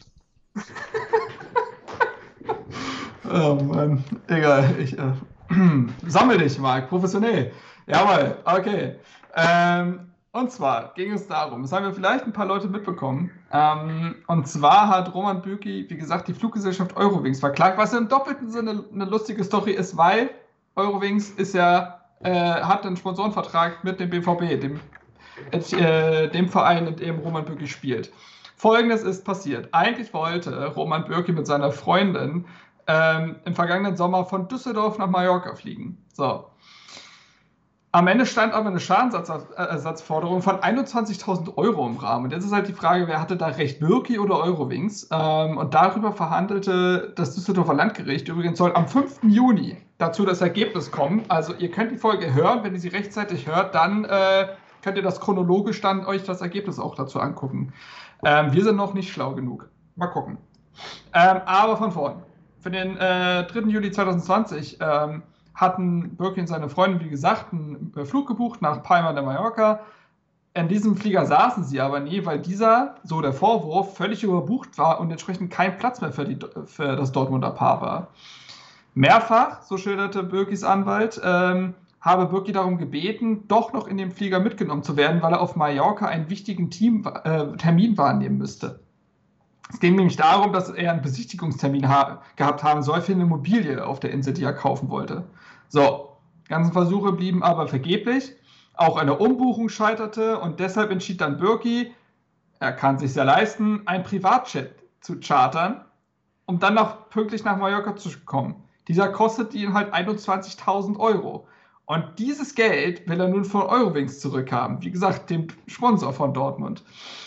Speaker 3: Oh Mann, egal. Sammel dich, Marc, professionell. Jawohl, okay. Und zwar ging es darum, das haben wir vielleicht ein paar Leute mitbekommen, und zwar hat Roman Bürki, wie gesagt, die Fluggesellschaft Eurowings verklagt, was im doppelten Sinne eine lustige Story ist, weil Eurowings ist hat einen Sponsorenvertrag mit dem BVB, dem Verein, in dem Roman Bürki spielt. Folgendes ist passiert. Eigentlich wollte Roman Bürki mit seiner Freundin im vergangenen Sommer von Düsseldorf nach Mallorca fliegen. So. Am Ende stand aber eine Schadensersatzforderung von 21.000 Euro im Rahmen. Und jetzt ist halt die Frage, wer hatte da recht, Bürki oder Eurowings? Und darüber verhandelte das Düsseldorfer Landgericht. Übrigens soll am 5. Juni dazu das Ergebnis kommen. Also ihr könnt die Folge hören. Wenn ihr sie rechtzeitig hört, dann könnt ihr das chronologisch dann euch das Ergebnis auch dazu angucken. Wir sind noch nicht schlau genug. Mal gucken. Aber von vorn. Für den 3. Juli 2020 hatten Bürki und seine Freundin, wie gesagt, einen Flug gebucht nach Palma de Mallorca. In diesem Flieger saßen sie aber nie, weil dieser, so der Vorwurf, völlig überbucht war und entsprechend kein Platz mehr für das Dortmunder Paar war. Mehrfach, so schilderte Bürkis Anwalt, habe Bürki darum gebeten, doch noch in dem Flieger mitgenommen zu werden, weil er auf Mallorca einen wichtigen Termin wahrnehmen müsste. Es ging nämlich darum, dass er einen Besichtigungstermin gehabt haben soll für eine Immobilie auf der Insel, die er kaufen wollte. So, ganzen Versuche blieben aber vergeblich. Auch eine Umbuchung scheiterte und deshalb entschied dann Bürki, er kann sich ja leisten, ein Privatjet zu chartern, um dann noch pünktlich nach Mallorca zu kommen. Dieser kostet ihn halt 21.000 Euro. Und dieses Geld will er nun von Eurowings zurückhaben. Wie gesagt, dem Sponsor von Dortmund.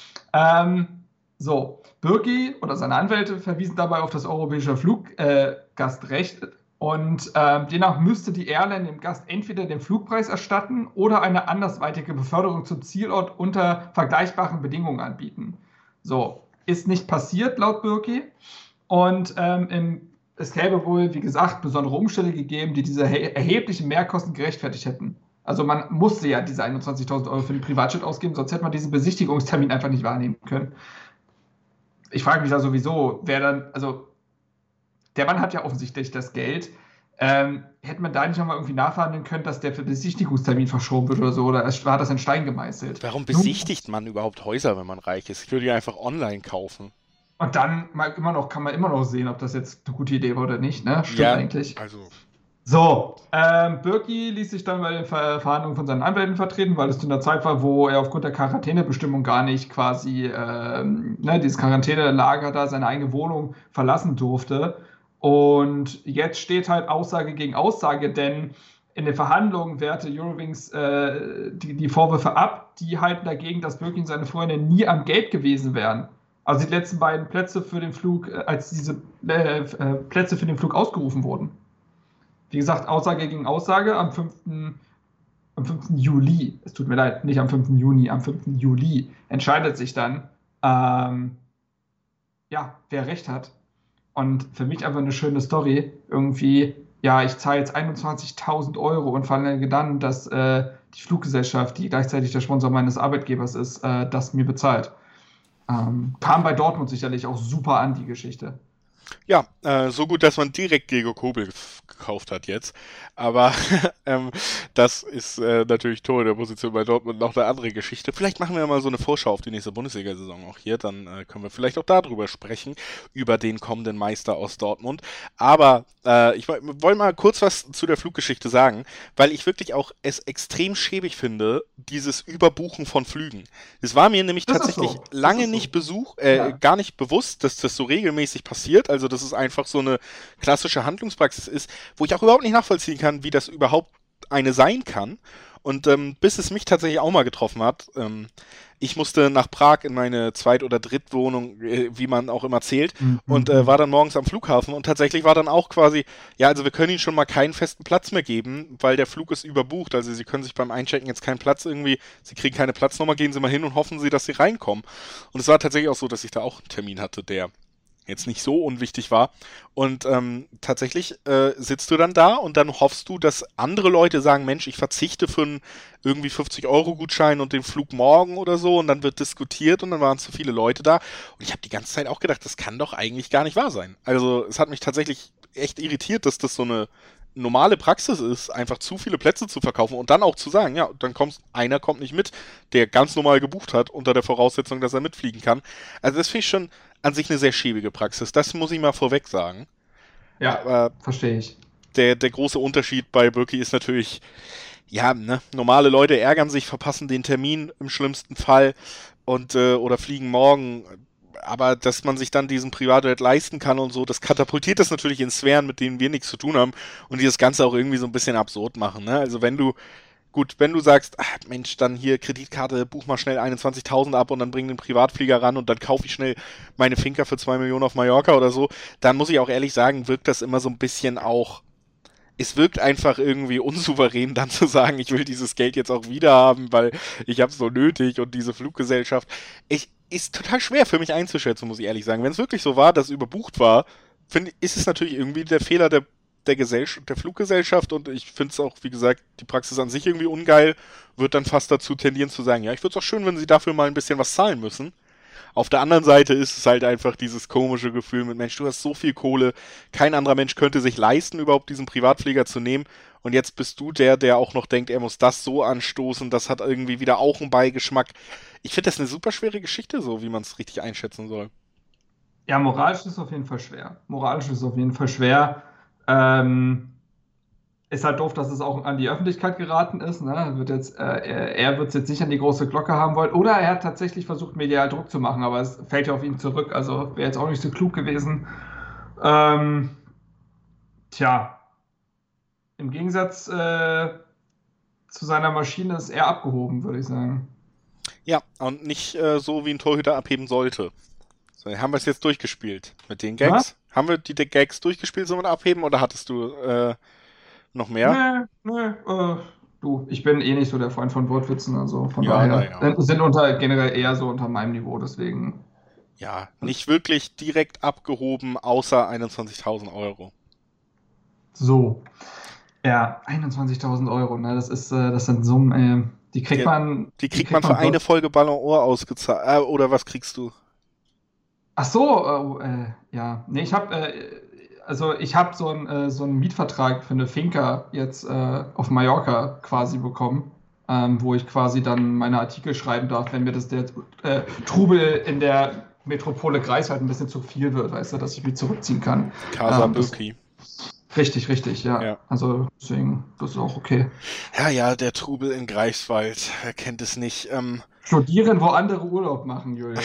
Speaker 3: Bürki oder seine Anwälte verwiesen dabei auf das europäische Fluggastrecht und demnach müsste die Airline dem Gast entweder den Flugpreis erstatten oder eine andersweitige Beförderung zum Zielort unter vergleichbaren Bedingungen anbieten. So, ist nicht passiert laut Bürki und es gäbe wohl, wie gesagt, besondere Umstände gegeben, die diese erheblichen Mehrkosten gerechtfertigt hätten. Also man musste ja diese 21.000 Euro für den Privatjet ausgeben, sonst hätte man diesen Besichtigungstermin einfach nicht wahrnehmen können. Ich frage mich da sowieso, wer dann, also der Mann hat ja offensichtlich das Geld. Hätte man da nicht nochmal irgendwie nachverhandeln können, dass der Besichtigungstermin verschoben wird oder so, oder war das in Stein gemeißelt?
Speaker 2: Warum besichtigt man überhaupt Häuser, wenn man reich ist? Ich würde die einfach online kaufen.
Speaker 3: Und dann kann man immer noch sehen, ob das jetzt eine gute Idee war oder nicht, ne? Stimmt
Speaker 2: ja,
Speaker 3: eigentlich.
Speaker 2: Also.
Speaker 3: So, Bürki ließ sich dann bei den Verhandlungen von seinen Anwälten vertreten, weil es zu einer Zeit war, wo er aufgrund der Quarantänebestimmung gar nicht quasi dieses Quarantänelager da, seine eigene Wohnung verlassen durfte. Und jetzt steht halt Aussage gegen Aussage, denn in den Verhandlungen wehrte Eurowings die Vorwürfe ab, die halten dagegen, dass Bürki und seine Freundin nie am Geld gewesen wären. Also die letzten beiden Plätze für den Flug, als diese Plätze für den Flug ausgerufen wurden. Wie gesagt, Aussage gegen Aussage am 5. Juli, es tut mir leid, nicht am 5. Juni, am 5. Juli entscheidet sich dann, wer recht hat. Und für mich einfach eine schöne Story, irgendwie, ja, ich zahle jetzt 21.000 Euro und verlange dann, dass die Fluggesellschaft, die gleichzeitig der Sponsor meines Arbeitgebers ist, das mir bezahlt. Kam bei Dortmund sicherlich auch super an, die Geschichte.
Speaker 2: Ja, so gut, dass man direkt Gregor Kobel gekauft hat jetzt. Aber das ist natürlich Tor in der Position bei Dortmund noch eine andere Geschichte. Vielleicht machen wir mal so eine Vorschau auf die nächste Bundesliga-Saison auch hier. Dann können wir vielleicht auch darüber sprechen, über den kommenden Meister aus Dortmund. Aber ich wollte mal kurz was zu der Fluggeschichte sagen, weil ich wirklich auch es extrem schäbig finde, dieses Überbuchen von Flügen. Es war mir nämlich tatsächlich lange nicht gar nicht bewusst, dass das so regelmäßig passiert. Also, dass es einfach so eine klassische Handlungspraxis ist, wo ich auch überhaupt nicht nachvollziehen kann, wie das überhaupt eine sein kann. Und bis es mich tatsächlich auch mal getroffen hat, ich musste nach Prag in meine Zweit- oder Drittwohnung, wie man auch immer zählt, und war dann morgens am Flughafen und tatsächlich war dann auch quasi, ja, also wir können Ihnen schon mal keinen festen Platz mehr geben, weil der Flug ist überbucht, also Sie können sich beim Einchecken jetzt keinen Platz irgendwie, Sie kriegen keine Platznummer, gehen Sie mal hin und hoffen Sie, dass Sie reinkommen. Und es war tatsächlich auch so, dass ich da auch einen Termin hatte, der jetzt nicht so unwichtig war. Und tatsächlich sitzt du dann da und dann hoffst du, dass andere Leute sagen, Mensch, ich verzichte für einen irgendwie 50-Euro-Gutschein und den Flug morgen oder so, und dann wird diskutiert und dann waren zu viele Leute da. Und ich habe die ganze Zeit auch gedacht, das kann doch eigentlich gar nicht wahr sein. Also es hat mich tatsächlich echt irritiert, dass das so eine normale Praxis ist, einfach zu viele Plätze zu verkaufen und dann auch zu sagen, ja, dann einer kommt nicht mit, der ganz normal gebucht hat, unter der Voraussetzung, dass er mitfliegen kann. Also das finde ich schon an sich eine sehr schäbige Praxis. Das muss ich mal vorweg sagen.
Speaker 3: Ja, verstehe ich.
Speaker 2: Der große Unterschied bei Bürki ist natürlich, ja, normale Leute ärgern sich, verpassen den Termin im schlimmsten Fall und oder fliegen morgen. Aber dass man sich dann diesen Privatjet leisten kann und so, das katapultiert das natürlich in Sphären, mit denen wir nichts zu tun haben und die das Ganze auch irgendwie so ein bisschen absurd machen. Ne? Also wenn du Gut, wenn du sagst, Mensch, dann hier Kreditkarte, buch mal schnell 21.000 ab und dann bring den Privatflieger ran und dann kaufe ich schnell meine Finca für 2 Millionen auf Mallorca oder so, dann muss ich auch ehrlich sagen, wirkt das immer so ein bisschen auch, es wirkt einfach irgendwie unsouverän, dann zu sagen, ich will dieses Geld jetzt auch wieder haben, weil ich habe es so nötig und diese Fluggesellschaft. Ist total schwer für mich einzuschätzen, muss ich ehrlich sagen. Wenn es wirklich so war, dass überbucht war, ist es natürlich irgendwie der Fehler der Fluggesellschaft und ich finde es auch, wie gesagt, die Praxis an sich irgendwie ungeil, wird dann fast dazu tendieren zu sagen, ja, ich würde es auch schön, wenn sie dafür mal ein bisschen was zahlen müssen. Auf der anderen Seite ist es halt einfach dieses komische Gefühl mit, Mensch, du hast so viel Kohle, kein anderer Mensch könnte sich leisten, überhaupt diesen Privatflieger zu nehmen und jetzt bist du der auch noch denkt, er muss das so anstoßen, das hat irgendwie wieder auch einen Beigeschmack. Ich finde das eine super schwere Geschichte, so wie man es richtig einschätzen soll.
Speaker 3: Ja, moralisch ist es auf jeden Fall schwer. Ist halt doof, dass es auch an die Öffentlichkeit geraten ist. Ne? Er wird es jetzt nicht an die große Glocke haben wollen. Oder er hat tatsächlich versucht, medial Druck zu machen, aber es fällt ja auf ihn zurück. Also wäre jetzt auch nicht so klug gewesen. Im Gegensatz zu seiner Maschine ist er abgehoben, würde ich sagen.
Speaker 2: Ja, und nicht so, wie ein Torhüter abheben sollte. So, haben wir es jetzt durchgespielt mit den Gags?
Speaker 3: Was?
Speaker 2: Haben wir die Gags durchgespielt, so mit Abheben, oder hattest du noch mehr?
Speaker 3: Nee, du, ich bin eh nicht so der Freund von Wortwitzen, also von
Speaker 2: Ja,
Speaker 3: daher sind generell eher so unter meinem Niveau, deswegen.
Speaker 2: Ja, nicht wirklich direkt abgehoben, außer 21.000 Euro.
Speaker 3: So. Ja, 21.000 Euro, ne, das sind Summen, die kriegt man.
Speaker 2: Die kriegt man für eine Folge Ballon d'Or ausgezahlt. Oder was kriegst du?
Speaker 3: Ach so, ja. Nee, ich habe so einen Mietvertrag für eine Finca jetzt auf Mallorca quasi bekommen, wo ich quasi dann meine Artikel schreiben darf, wenn mir das der Trubel in der Metropole Greifswald ein bisschen zu viel wird, weißt du, dass ich mich zurückziehen kann.
Speaker 2: Casa Böki.
Speaker 3: Richtig, ja. Also deswegen, das ist auch okay.
Speaker 2: Ja, der Trubel in Greifswald, wer kennt es nicht.
Speaker 3: Studieren, wo andere Urlaub machen, Julius.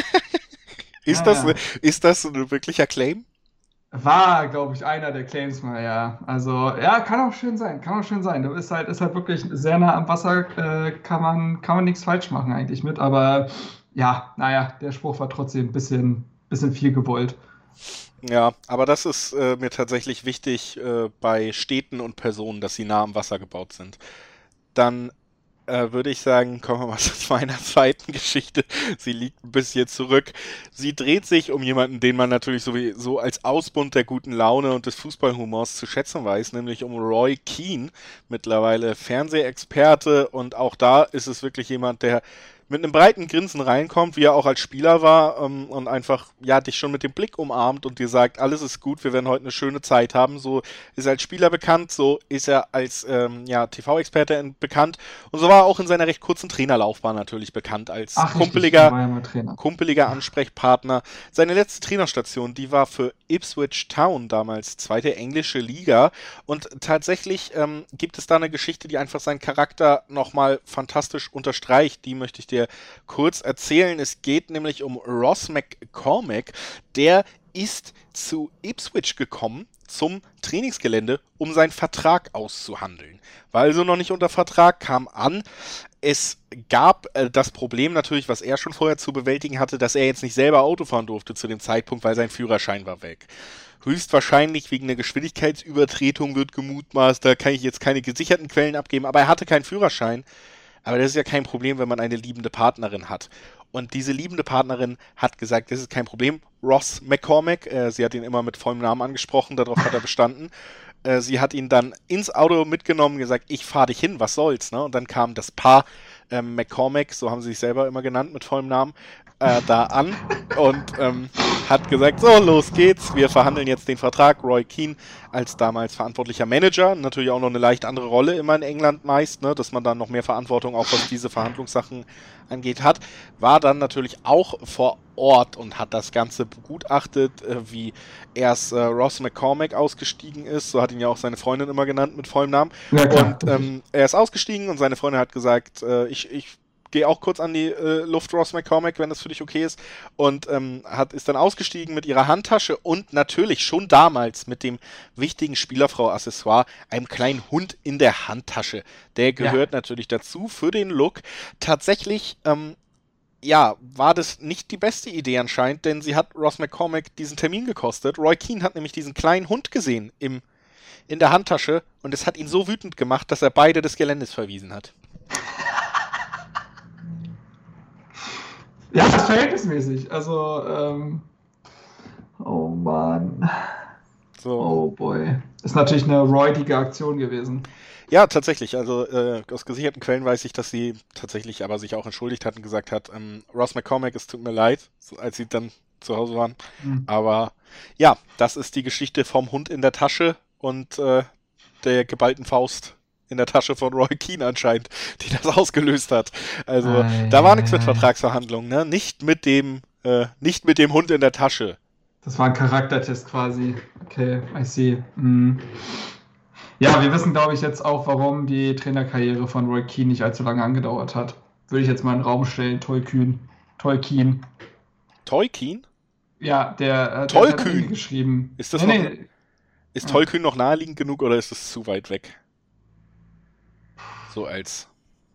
Speaker 2: Ist das ein wirklicher Claim?
Speaker 3: War, glaube ich, einer der Claims mal, ja. Also, ja, kann auch schön sein. Du ist halt wirklich sehr nah am Wasser, kann man nichts falsch machen eigentlich mit, aber ja, naja, der Spruch war trotzdem ein bisschen viel gewollt.
Speaker 2: Ja, aber das ist mir tatsächlich wichtig bei Städten und Personen, dass sie nah am Wasser gebaut sind. Dann würde ich sagen, kommen wir mal zu meiner zweiten Geschichte. Sie liegt ein bisschen zurück. Sie dreht sich um jemanden, den man natürlich sowieso als Ausbund der guten Laune und des Fußballhumors zu schätzen weiß, nämlich um Roy Keane, mittlerweile Fernsehexperte, und auch da ist es wirklich jemand, der mit einem breiten Grinsen reinkommt, wie er auch als Spieler war, und einfach, ja, dich schon mit dem Blick umarmt und dir sagt, alles ist gut, wir werden heute eine schöne Zeit haben. So ist er als Spieler bekannt, so ist er als TV-Experte bekannt und so war er auch in seiner recht kurzen Trainerlaufbahn natürlich bekannt, als kumpeliger Ansprechpartner. Seine letzte Trainerstation, die war für Ipswich Town, damals zweite englische Liga, und tatsächlich gibt es da eine Geschichte, die einfach seinen Charakter nochmal fantastisch unterstreicht. Die möchte ich dir kurz erzählen. Es geht nämlich um Ross McCormack. Der ist zu Ipswich gekommen, zum Trainingsgelände, um seinen Vertrag auszuhandeln. War also noch nicht unter Vertrag, kam an. Es gab das Problem natürlich, was er schon vorher zu bewältigen hatte, dass er jetzt nicht selber Auto fahren durfte zu dem Zeitpunkt, weil sein Führerschein war weg. Höchstwahrscheinlich wegen einer Geschwindigkeitsübertretung wird gemutmaßt, da kann ich jetzt keine gesicherten Quellen abgeben, aber er hatte keinen Führerschein. Aber das ist ja kein Problem, wenn man eine liebende Partnerin hat. Und diese liebende Partnerin hat gesagt, das ist kein Problem. Ross McCormack, sie hat ihn immer mit vollem Namen angesprochen, darauf hat er bestanden. Sie hat ihn dann ins Auto mitgenommen und gesagt, ich fahre dich hin, was soll's, ne? Und dann kam das Paar McCormack, so haben sie sich selber immer genannt mit vollem Namen, da an und hat gesagt, so, los geht's, wir verhandeln jetzt den Vertrag. Roy Keane als damals verantwortlicher Manager, natürlich auch noch eine leicht andere Rolle immer in England meist, ne, dass man dann noch mehr Verantwortung auch was diese Verhandlungssachen angeht hat, war dann natürlich auch vor Ort und hat das Ganze begutachtet, wie erst Ross McCormack ausgestiegen ist, so hat ihn ja auch seine Freundin immer genannt mit vollem Namen, ja, und er ist ausgestiegen und seine Freundin hat gesagt, ich gehe auch kurz an die Luft, Ross McCormack, wenn das für dich okay ist. Und ist dann ausgestiegen mit ihrer Handtasche und natürlich schon damals mit dem wichtigen Spielerfrau-Accessoire, einem kleinen Hund in der Handtasche. Der gehört natürlich dazu für den Look. Tatsächlich, war das nicht die beste Idee anscheinend, denn sie hat Ross McCormack diesen Termin gekostet. Roy Keane hat nämlich diesen kleinen Hund gesehen in der Handtasche und es hat ihn so wütend gemacht, dass er beide des Geländes verwiesen hat.
Speaker 3: Ja, das ist verhältnismäßig. Also, oh Mann.
Speaker 2: So.
Speaker 3: Oh boy. Ist natürlich eine räudige Aktion gewesen.
Speaker 2: Ja, tatsächlich. Also aus gesicherten Quellen weiß ich, dass sie tatsächlich aber sich auch entschuldigt hat und gesagt hat, Ross McCormack, es tut mir leid, so, als sie dann zu Hause waren. Aber ja, das ist die Geschichte vom Hund in der Tasche und der geballten Faust in der Tasche von Roy Keane anscheinend, die das ausgelöst hat. Also da war nichts mit Vertragsverhandlungen, ne? Nicht mit dem Hund in der Tasche.
Speaker 3: Das war ein Charaktertest quasi. Okay, I see. Ja, wir wissen, glaube ich, jetzt auch, warum die Trainerkarriere von Roy Keane nicht allzu lange angedauert hat. Würde ich jetzt mal in den Raum stellen. Tolkien.
Speaker 2: Tolkien?
Speaker 3: Ja, der
Speaker 2: Tolkien
Speaker 3: hat geschrieben.
Speaker 2: Ist das Ist Tolkien noch naheliegend genug oder ist es zu weit weg? So als...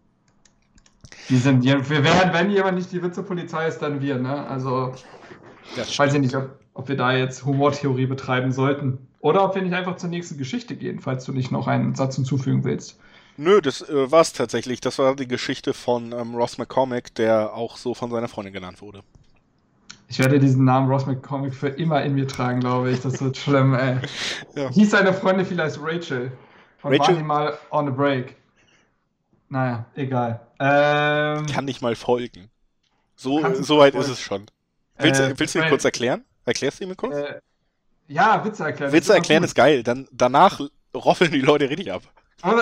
Speaker 3: wenn jemand nicht die Witzepolizei ist, dann wir, ne? Also, ich weiß ja nicht, ob wir da jetzt Humortheorie betreiben sollten. Oder ob wir nicht einfach zur nächsten Geschichte gehen, falls du nicht noch einen Satz hinzufügen willst.
Speaker 2: Nö, das war's tatsächlich. Das war die Geschichte von Ross McCormack, der auch so von seiner Freundin genannt wurde.
Speaker 3: Ich werde diesen Namen Ross McCormack für immer in mir tragen, glaube ich. Das wird schlimm, ey. Ja. Hieß seine Freundin vielleicht Rachel? Und waren die mal on a break? Naja, egal.
Speaker 2: Kann nicht mal folgen. So weit ist es schon. Willst du ihn kurz erklären? Erklärst du ihn mir kurz?
Speaker 3: Ja, Witze erklären.
Speaker 2: Witze erklären ist geil. Danach roffeln die Leute richtig ab.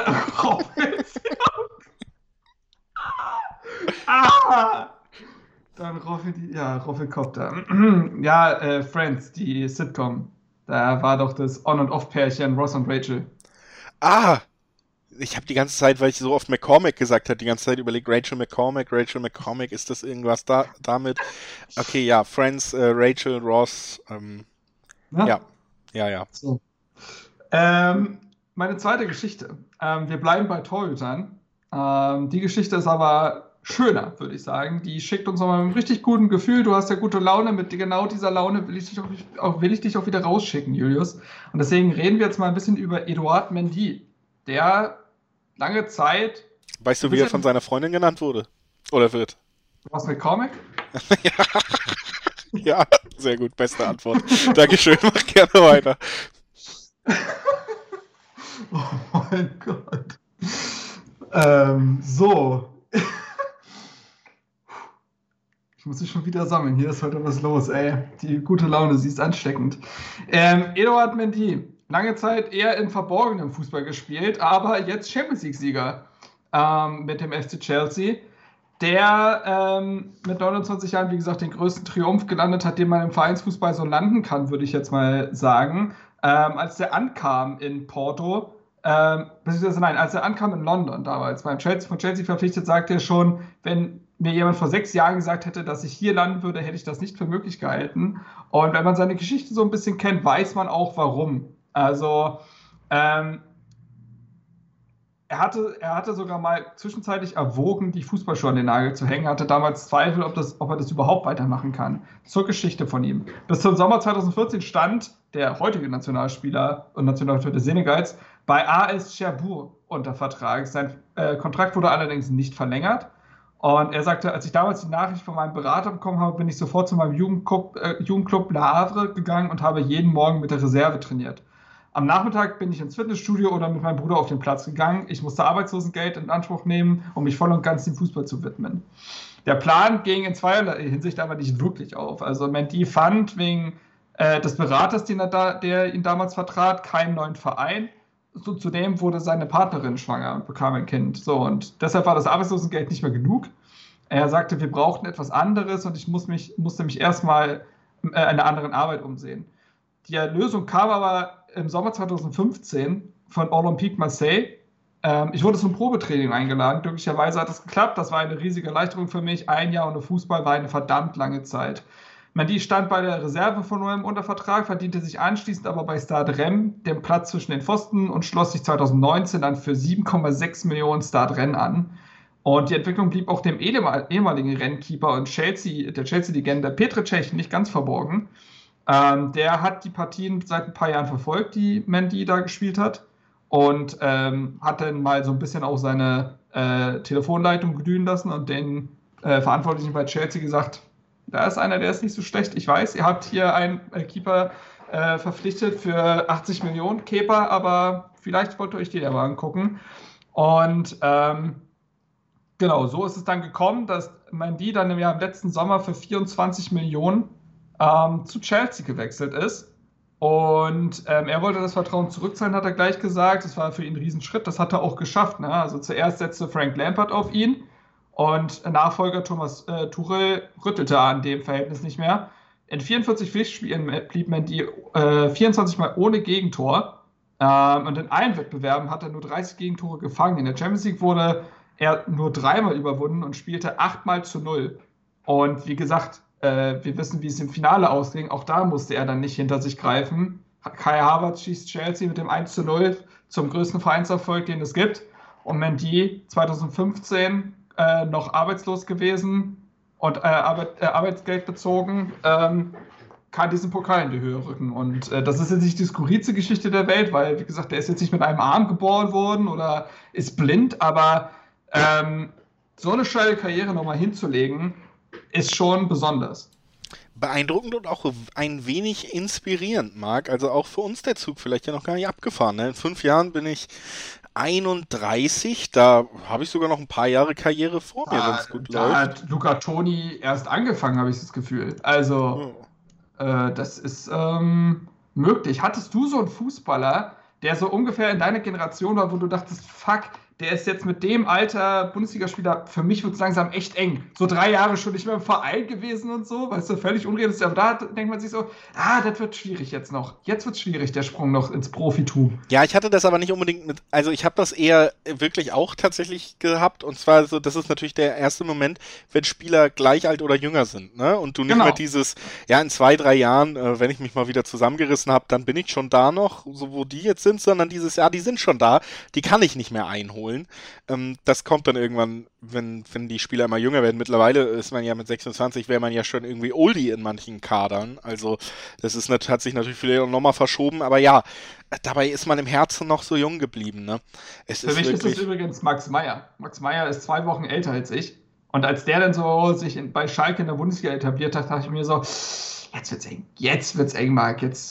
Speaker 3: Dann Roffelkopter. Ja, Friends, die Sitcom. Da war doch das On- und Off-Pärchen Ross und Rachel.
Speaker 2: Ich habe die ganze Zeit, weil ich so oft McCormack gesagt habe, die ganze Zeit überlegt, Rachel McCormack, ist das irgendwas damit? Okay, ja, Friends, Rachel, Ross, ja.
Speaker 3: So. Meine zweite Geschichte. Wir bleiben bei Torhütern. Die Geschichte ist aber schöner, würde ich sagen. Die schickt uns nochmal mit einem richtig guten Gefühl. Du hast ja gute Laune. Mit genau dieser Laune will ich dich auch wieder rausschicken, Julius. Und deswegen reden wir jetzt mal ein bisschen über Edouard Mendy, der lange Zeit...
Speaker 2: Weißt du, wie er von seiner Freundin genannt wurde? Oder wird?
Speaker 3: Was mit Comic?
Speaker 2: Ja, sehr gut. Beste Antwort. Dankeschön. Mach gerne weiter.
Speaker 3: Oh mein Gott. So. Ich muss mich schon wieder sammeln. Hier ist heute was los, ey. Die gute Laune, sie ist ansteckend. Edouard Mendy. Lange Zeit eher im verborgenen Fußball gespielt, aber jetzt Champions League-Sieger mit dem FC Chelsea, der mit 29 Jahren, wie gesagt, den größten Triumph gelandet hat, den man im Vereinsfußball so landen kann, würde ich jetzt mal sagen. Als der ankam in Porto, als er ankam in London damals, von Chelsea verpflichtet, sagte er schon, wenn mir jemand vor 6 Jahren gesagt hätte, dass ich hier landen würde, hätte ich das nicht für möglich gehalten. Und wenn man seine Geschichte so ein bisschen kennt, weiß man auch, warum. Also, er hatte sogar mal zwischenzeitlich erwogen, die Fußballschuhe an den Nagel zu hängen, hatte damals Zweifel, ob er das überhaupt weitermachen kann. Zur Geschichte von ihm. Bis zum Sommer 2014 stand der heutige Nationalspieler und Nationalspieler des Senegals bei AS Cherbourg unter Vertrag. Sein Kontrakt wurde allerdings nicht verlängert. Und er sagte, als ich damals die Nachricht von meinem Berater bekommen habe, bin ich sofort zu meinem Jugendclub Le Havre gegangen und habe jeden Morgen mit der Reserve trainiert. Am Nachmittag bin ich ins Fitnessstudio oder mit meinem Bruder auf den Platz gegangen. Ich musste Arbeitslosengeld in Anspruch nehmen, um mich voll und ganz dem Fußball zu widmen. Der Plan ging in zweierlei Hinsicht aber nicht wirklich auf. Also Mendy fand wegen des Beraters, der ihn damals vertrat, keinen neuen Verein. Zudem wurde seine Partnerin schwanger und bekam ein Kind. So, und deshalb war das Arbeitslosengeld nicht mehr genug. Er sagte, wir brauchten etwas anderes und ich musste mich erstmal einer anderen Arbeit umsehen. Die Lösung kam aber im Sommer 2015 von Olympique Marseille, Ich wurde zum Probetraining eingeladen. Glücklicherweise hat es geklappt. Das war eine riesige Erleichterung für mich. 1 Jahr ohne Fußball war eine verdammt lange Zeit. Mendy stand bei der Reserve von Neuem unter Vertrag, verdiente sich anschließend aber bei Stade Rennes den Platz zwischen den Pfosten und schloss sich 2019 dann für 7,6 Millionen Stade Rennes an. Und die Entwicklung blieb auch dem ehemaligen Rennkeeper und der Chelsea-Legende Petr Cech nicht ganz verborgen. Der hat die Partien seit ein paar Jahren verfolgt, die Mendy da gespielt hat. Und hat dann mal so ein bisschen auch seine Telefonleitung glühen lassen und den Verantwortlichen bei Chelsea gesagt, da ist einer, der ist nicht so schlecht. Ich weiß, ihr habt hier einen Keeper verpflichtet für 80 Millionen Keeper, aber vielleicht wollt ihr euch die ja mal angucken. Und genau, so ist es dann gekommen, dass Mendy dann im letzten Sommer für 24 Millionen zu Chelsea gewechselt ist. Und er wollte das Vertrauen zurückzahlen, hat er gleich gesagt. Das war für ihn ein Riesenschritt. Das hat er auch geschafft. Ne? Also zuerst setzte Frank Lampard auf ihn und Nachfolger Thomas Tuchel rüttelte an dem Verhältnis nicht mehr. In 44 Pflichtspielen blieb Mendy 24 Mal ohne Gegentor. Und in allen Wettbewerben hat er nur 30 Gegentore gefangen. In der Champions League wurde er nur 3-mal überwunden und spielte 8-0. Und wie gesagt, wir wissen, wie es im Finale ausging. Auch da musste er dann nicht hinter sich greifen. Kai Havertz schießt Chelsea mit dem 1-0 zum größten Vereinserfolg, den es gibt. Und Mendy 2015 noch arbeitslos gewesen und Arbeitsgeld bezogen, kann diesen Pokal in die Höhe rücken. Und das ist jetzt nicht die skurrilste Geschichte der Welt, weil, wie gesagt, der ist jetzt nicht mit einem Arm geboren worden oder ist blind, aber so eine steile Karriere nochmal hinzulegen, ist schon besonders.
Speaker 2: Beeindruckend und auch ein wenig inspirierend, Marc. Also auch für uns der Zug vielleicht ja noch gar nicht abgefahren. Ne? In 5 Jahren bin ich 31, da habe ich sogar noch ein paar Jahre Karriere vor mir, wenn es gut läuft.
Speaker 3: Da hat Luca Toni erst angefangen, habe ich das Gefühl. Also, das ist möglich. Hattest du so einen Fußballer, der so ungefähr in deiner Generation war, wo du dachtest, fuck, der ist jetzt mit dem Alter Bundesligaspieler, für mich wird es langsam echt eng. So 3 Jahre schon nicht mehr im Verein gewesen und so, weißt du, völlig unrealistisch. Aber da denkt man sich so, das wird schwierig jetzt noch. Jetzt wird es schwierig, der Sprung noch ins Profitum.
Speaker 2: Ja, ich hatte das aber nicht unbedingt mit, also ich habe das eher wirklich auch tatsächlich gehabt. Und zwar so, das ist natürlich der erste Moment, wenn Spieler gleich alt oder jünger sind, ne? Und du nicht mehr dieses, in 2, 3 Jahren, wenn ich mich mal wieder zusammengerissen habe, dann bin ich schon da noch, so wo die jetzt sind, sondern dieses, die sind schon da, die kann ich nicht mehr einholen. Das kommt dann irgendwann, wenn die Spieler immer jünger werden. Mittlerweile ist man ja mit 26, wäre man ja schon irgendwie Oldie in manchen Kadern. Also das hat sich natürlich vielleicht nochmal verschoben, aber dabei ist man im Herzen noch so jung geblieben. Ne?
Speaker 3: Für mich ist es übrigens Max Meyer. Max Meyer ist 2 Wochen älter als ich. Und als der dann so sich bei Schalke in der Bundesliga etabliert hat, dachte ich mir so, jetzt wird's eng, Marc. Jetzt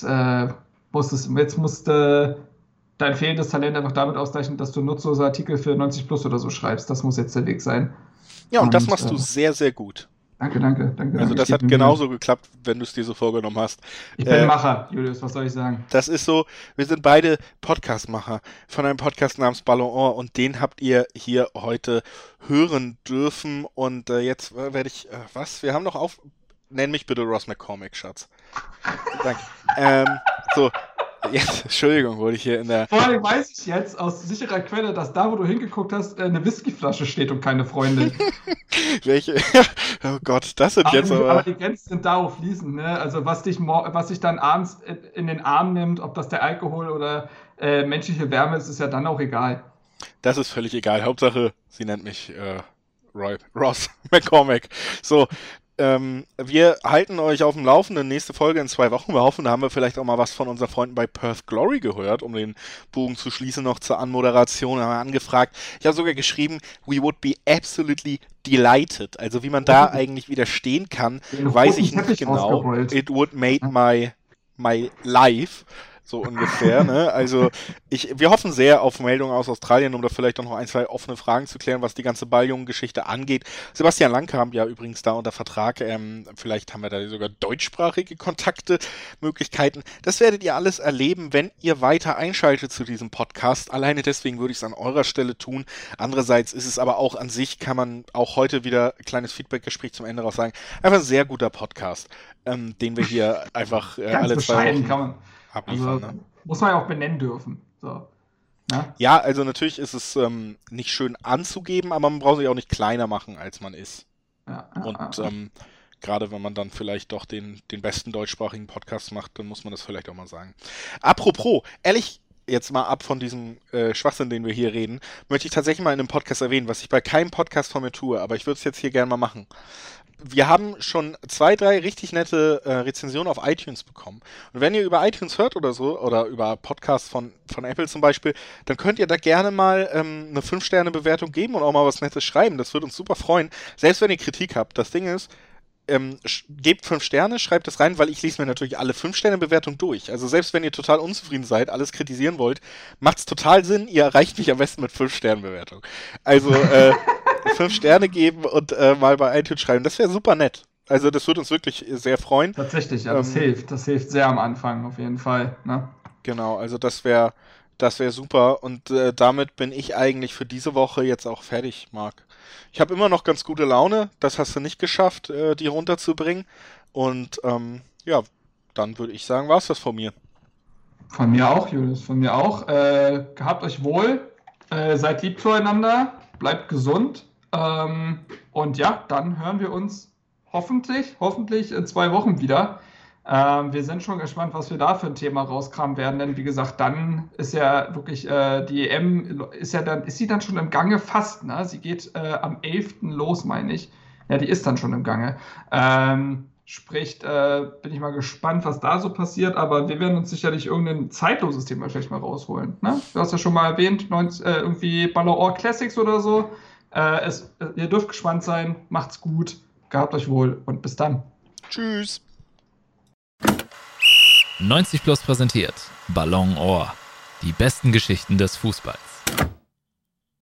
Speaker 3: musste dein fehlendes Talent einfach damit ausgleichen, dass du nutzlose Artikel für 90 Plus oder so schreibst. Das muss jetzt der Weg sein.
Speaker 2: Ja, und das machst du sehr, sehr gut.
Speaker 3: Danke.
Speaker 2: Also das hat genauso geklappt, wenn du es dir so vorgenommen hast.
Speaker 3: Ich bin Macher, Julius, was soll ich sagen?
Speaker 2: Das ist so, wir sind beide Podcast-Macher von einem Podcast namens Ballon d'Or und den habt ihr hier heute hören dürfen. Und jetzt werde ich, wir haben noch nenn mich bitte Ross McCormick, Schatz. Danke. So. Jetzt, Entschuldigung, wurde ich hier in der...
Speaker 3: Vor allem weiß ich jetzt aus sicherer Quelle, dass da, wo du hingeguckt hast, eine Whiskyflasche steht und keine Freundin.
Speaker 2: Welche? Oh Gott, das sind jetzt aber...
Speaker 3: Aber die Grenzen sind darauf fließend, ne? Also was dich dann abends in den Arm nimmt, ob das der Alkohol oder menschliche Wärme ist ja dann auch egal.
Speaker 2: Das ist völlig egal. Hauptsache, sie nennt mich Ross McCormick. So, wir halten euch auf dem Laufenden. Nächste Folge in 2 Wochen. Wir hoffen, da haben wir vielleicht auch mal was von unseren Freunden bei Perth Glory gehört, um den Bogen zu schließen noch zur Anmoderation. Haben wir angefragt. Ich habe sogar geschrieben, we would be absolutely delighted. Also wie man da eigentlich widerstehen kann, weiß ich nicht genau. It would make my life. So ungefähr, ne? Also wir hoffen sehr auf Meldungen aus Australien, um da vielleicht auch noch 1, 2 offene Fragen zu klären, was die ganze Balljungen-Geschichte angeht. Sebastian Langkamp ja übrigens da unter Vertrag. Vielleicht haben wir da sogar deutschsprachige Kontakte, Möglichkeiten. Das werdet ihr alles erleben, wenn ihr weiter einschaltet zu diesem Podcast. Alleine deswegen würde ich es an eurer Stelle tun. Andererseits ist es aber auch an sich, kann man auch heute wieder ein kleines Feedback-Gespräch zum Ende raus sagen, einfach ein sehr guter Podcast, den wir hier einfach alle 2 Wochen...
Speaker 3: Kann man. Also, muss man ja auch benennen dürfen. So. Ja,
Speaker 2: Ja, also natürlich ist es nicht schön anzugeben, aber man braucht sich auch nicht kleiner machen, als man ist.
Speaker 3: ja,
Speaker 2: Und gerade wenn man dann vielleicht doch den besten deutschsprachigen Podcast macht, dann muss man das vielleicht auch mal sagen. Apropos, ehrlich, jetzt mal ab von diesem Schwachsinn, den wir hier reden, möchte ich tatsächlich mal in einem Podcast erwähnen, was ich bei keinem Podcast von mir tue, aber ich würde es jetzt hier gerne mal machen. Wir haben schon 2, 3 richtig nette Rezensionen auf iTunes bekommen. Und wenn ihr über iTunes hört oder so, oder über Podcasts von Apple zum Beispiel, dann könnt ihr da gerne mal eine 5-Sterne-Bewertung geben und auch mal was Nettes schreiben. Das würde uns super freuen. Selbst wenn ihr Kritik habt. Das Ding ist, gebt 5 Sterne, schreibt das rein, weil ich lese mir natürlich alle 5-Sterne-Bewertungen durch. Also selbst wenn ihr total unzufrieden seid, alles kritisieren wollt, macht es total Sinn. Ihr erreicht mich am besten mit 5-Sterne-Bewertung. Also 5 Sterne geben und mal bei iTunes schreiben. Das wäre super nett. Also das würde uns wirklich sehr freuen.
Speaker 3: tatsächlich, ja, das hilft. Das hilft sehr am Anfang, auf jeden Fall. Ne?
Speaker 2: Genau, also das wäre super. Und damit bin ich eigentlich für diese Woche jetzt auch fertig, Marc. Ich habe immer noch ganz gute Laune. Das hast du nicht geschafft, die runterzubringen. Und ja, dann würde ich sagen, war es das von mir.
Speaker 3: Von mir auch, Julius, von mir auch. Gehabt euch wohl, seid lieb zueinander, bleibt gesund. Und ja, dann hören wir uns hoffentlich in 2 Wochen wieder. Wir sind schon gespannt, was wir da für ein Thema rauskramen werden, denn wie gesagt, dann ist ja wirklich die EM, ist sie dann schon im Gange fast, ne? Sie geht am 11. los, meine ich. Ja, die ist dann schon im Gange. Sprich, bin ich mal gespannt, was da so passiert, aber wir werden uns sicherlich irgendein zeitloses Thema vielleicht mal rausholen. Ne? Du hast ja schon mal erwähnt, irgendwie Ballon d'Or Classics oder so. Ihr dürft gespannt sein, macht's gut, gehabt euch wohl und bis dann.
Speaker 2: Tschüss.
Speaker 1: 90 Plus präsentiert Ballon d'Or. Die besten Geschichten des Fußballs.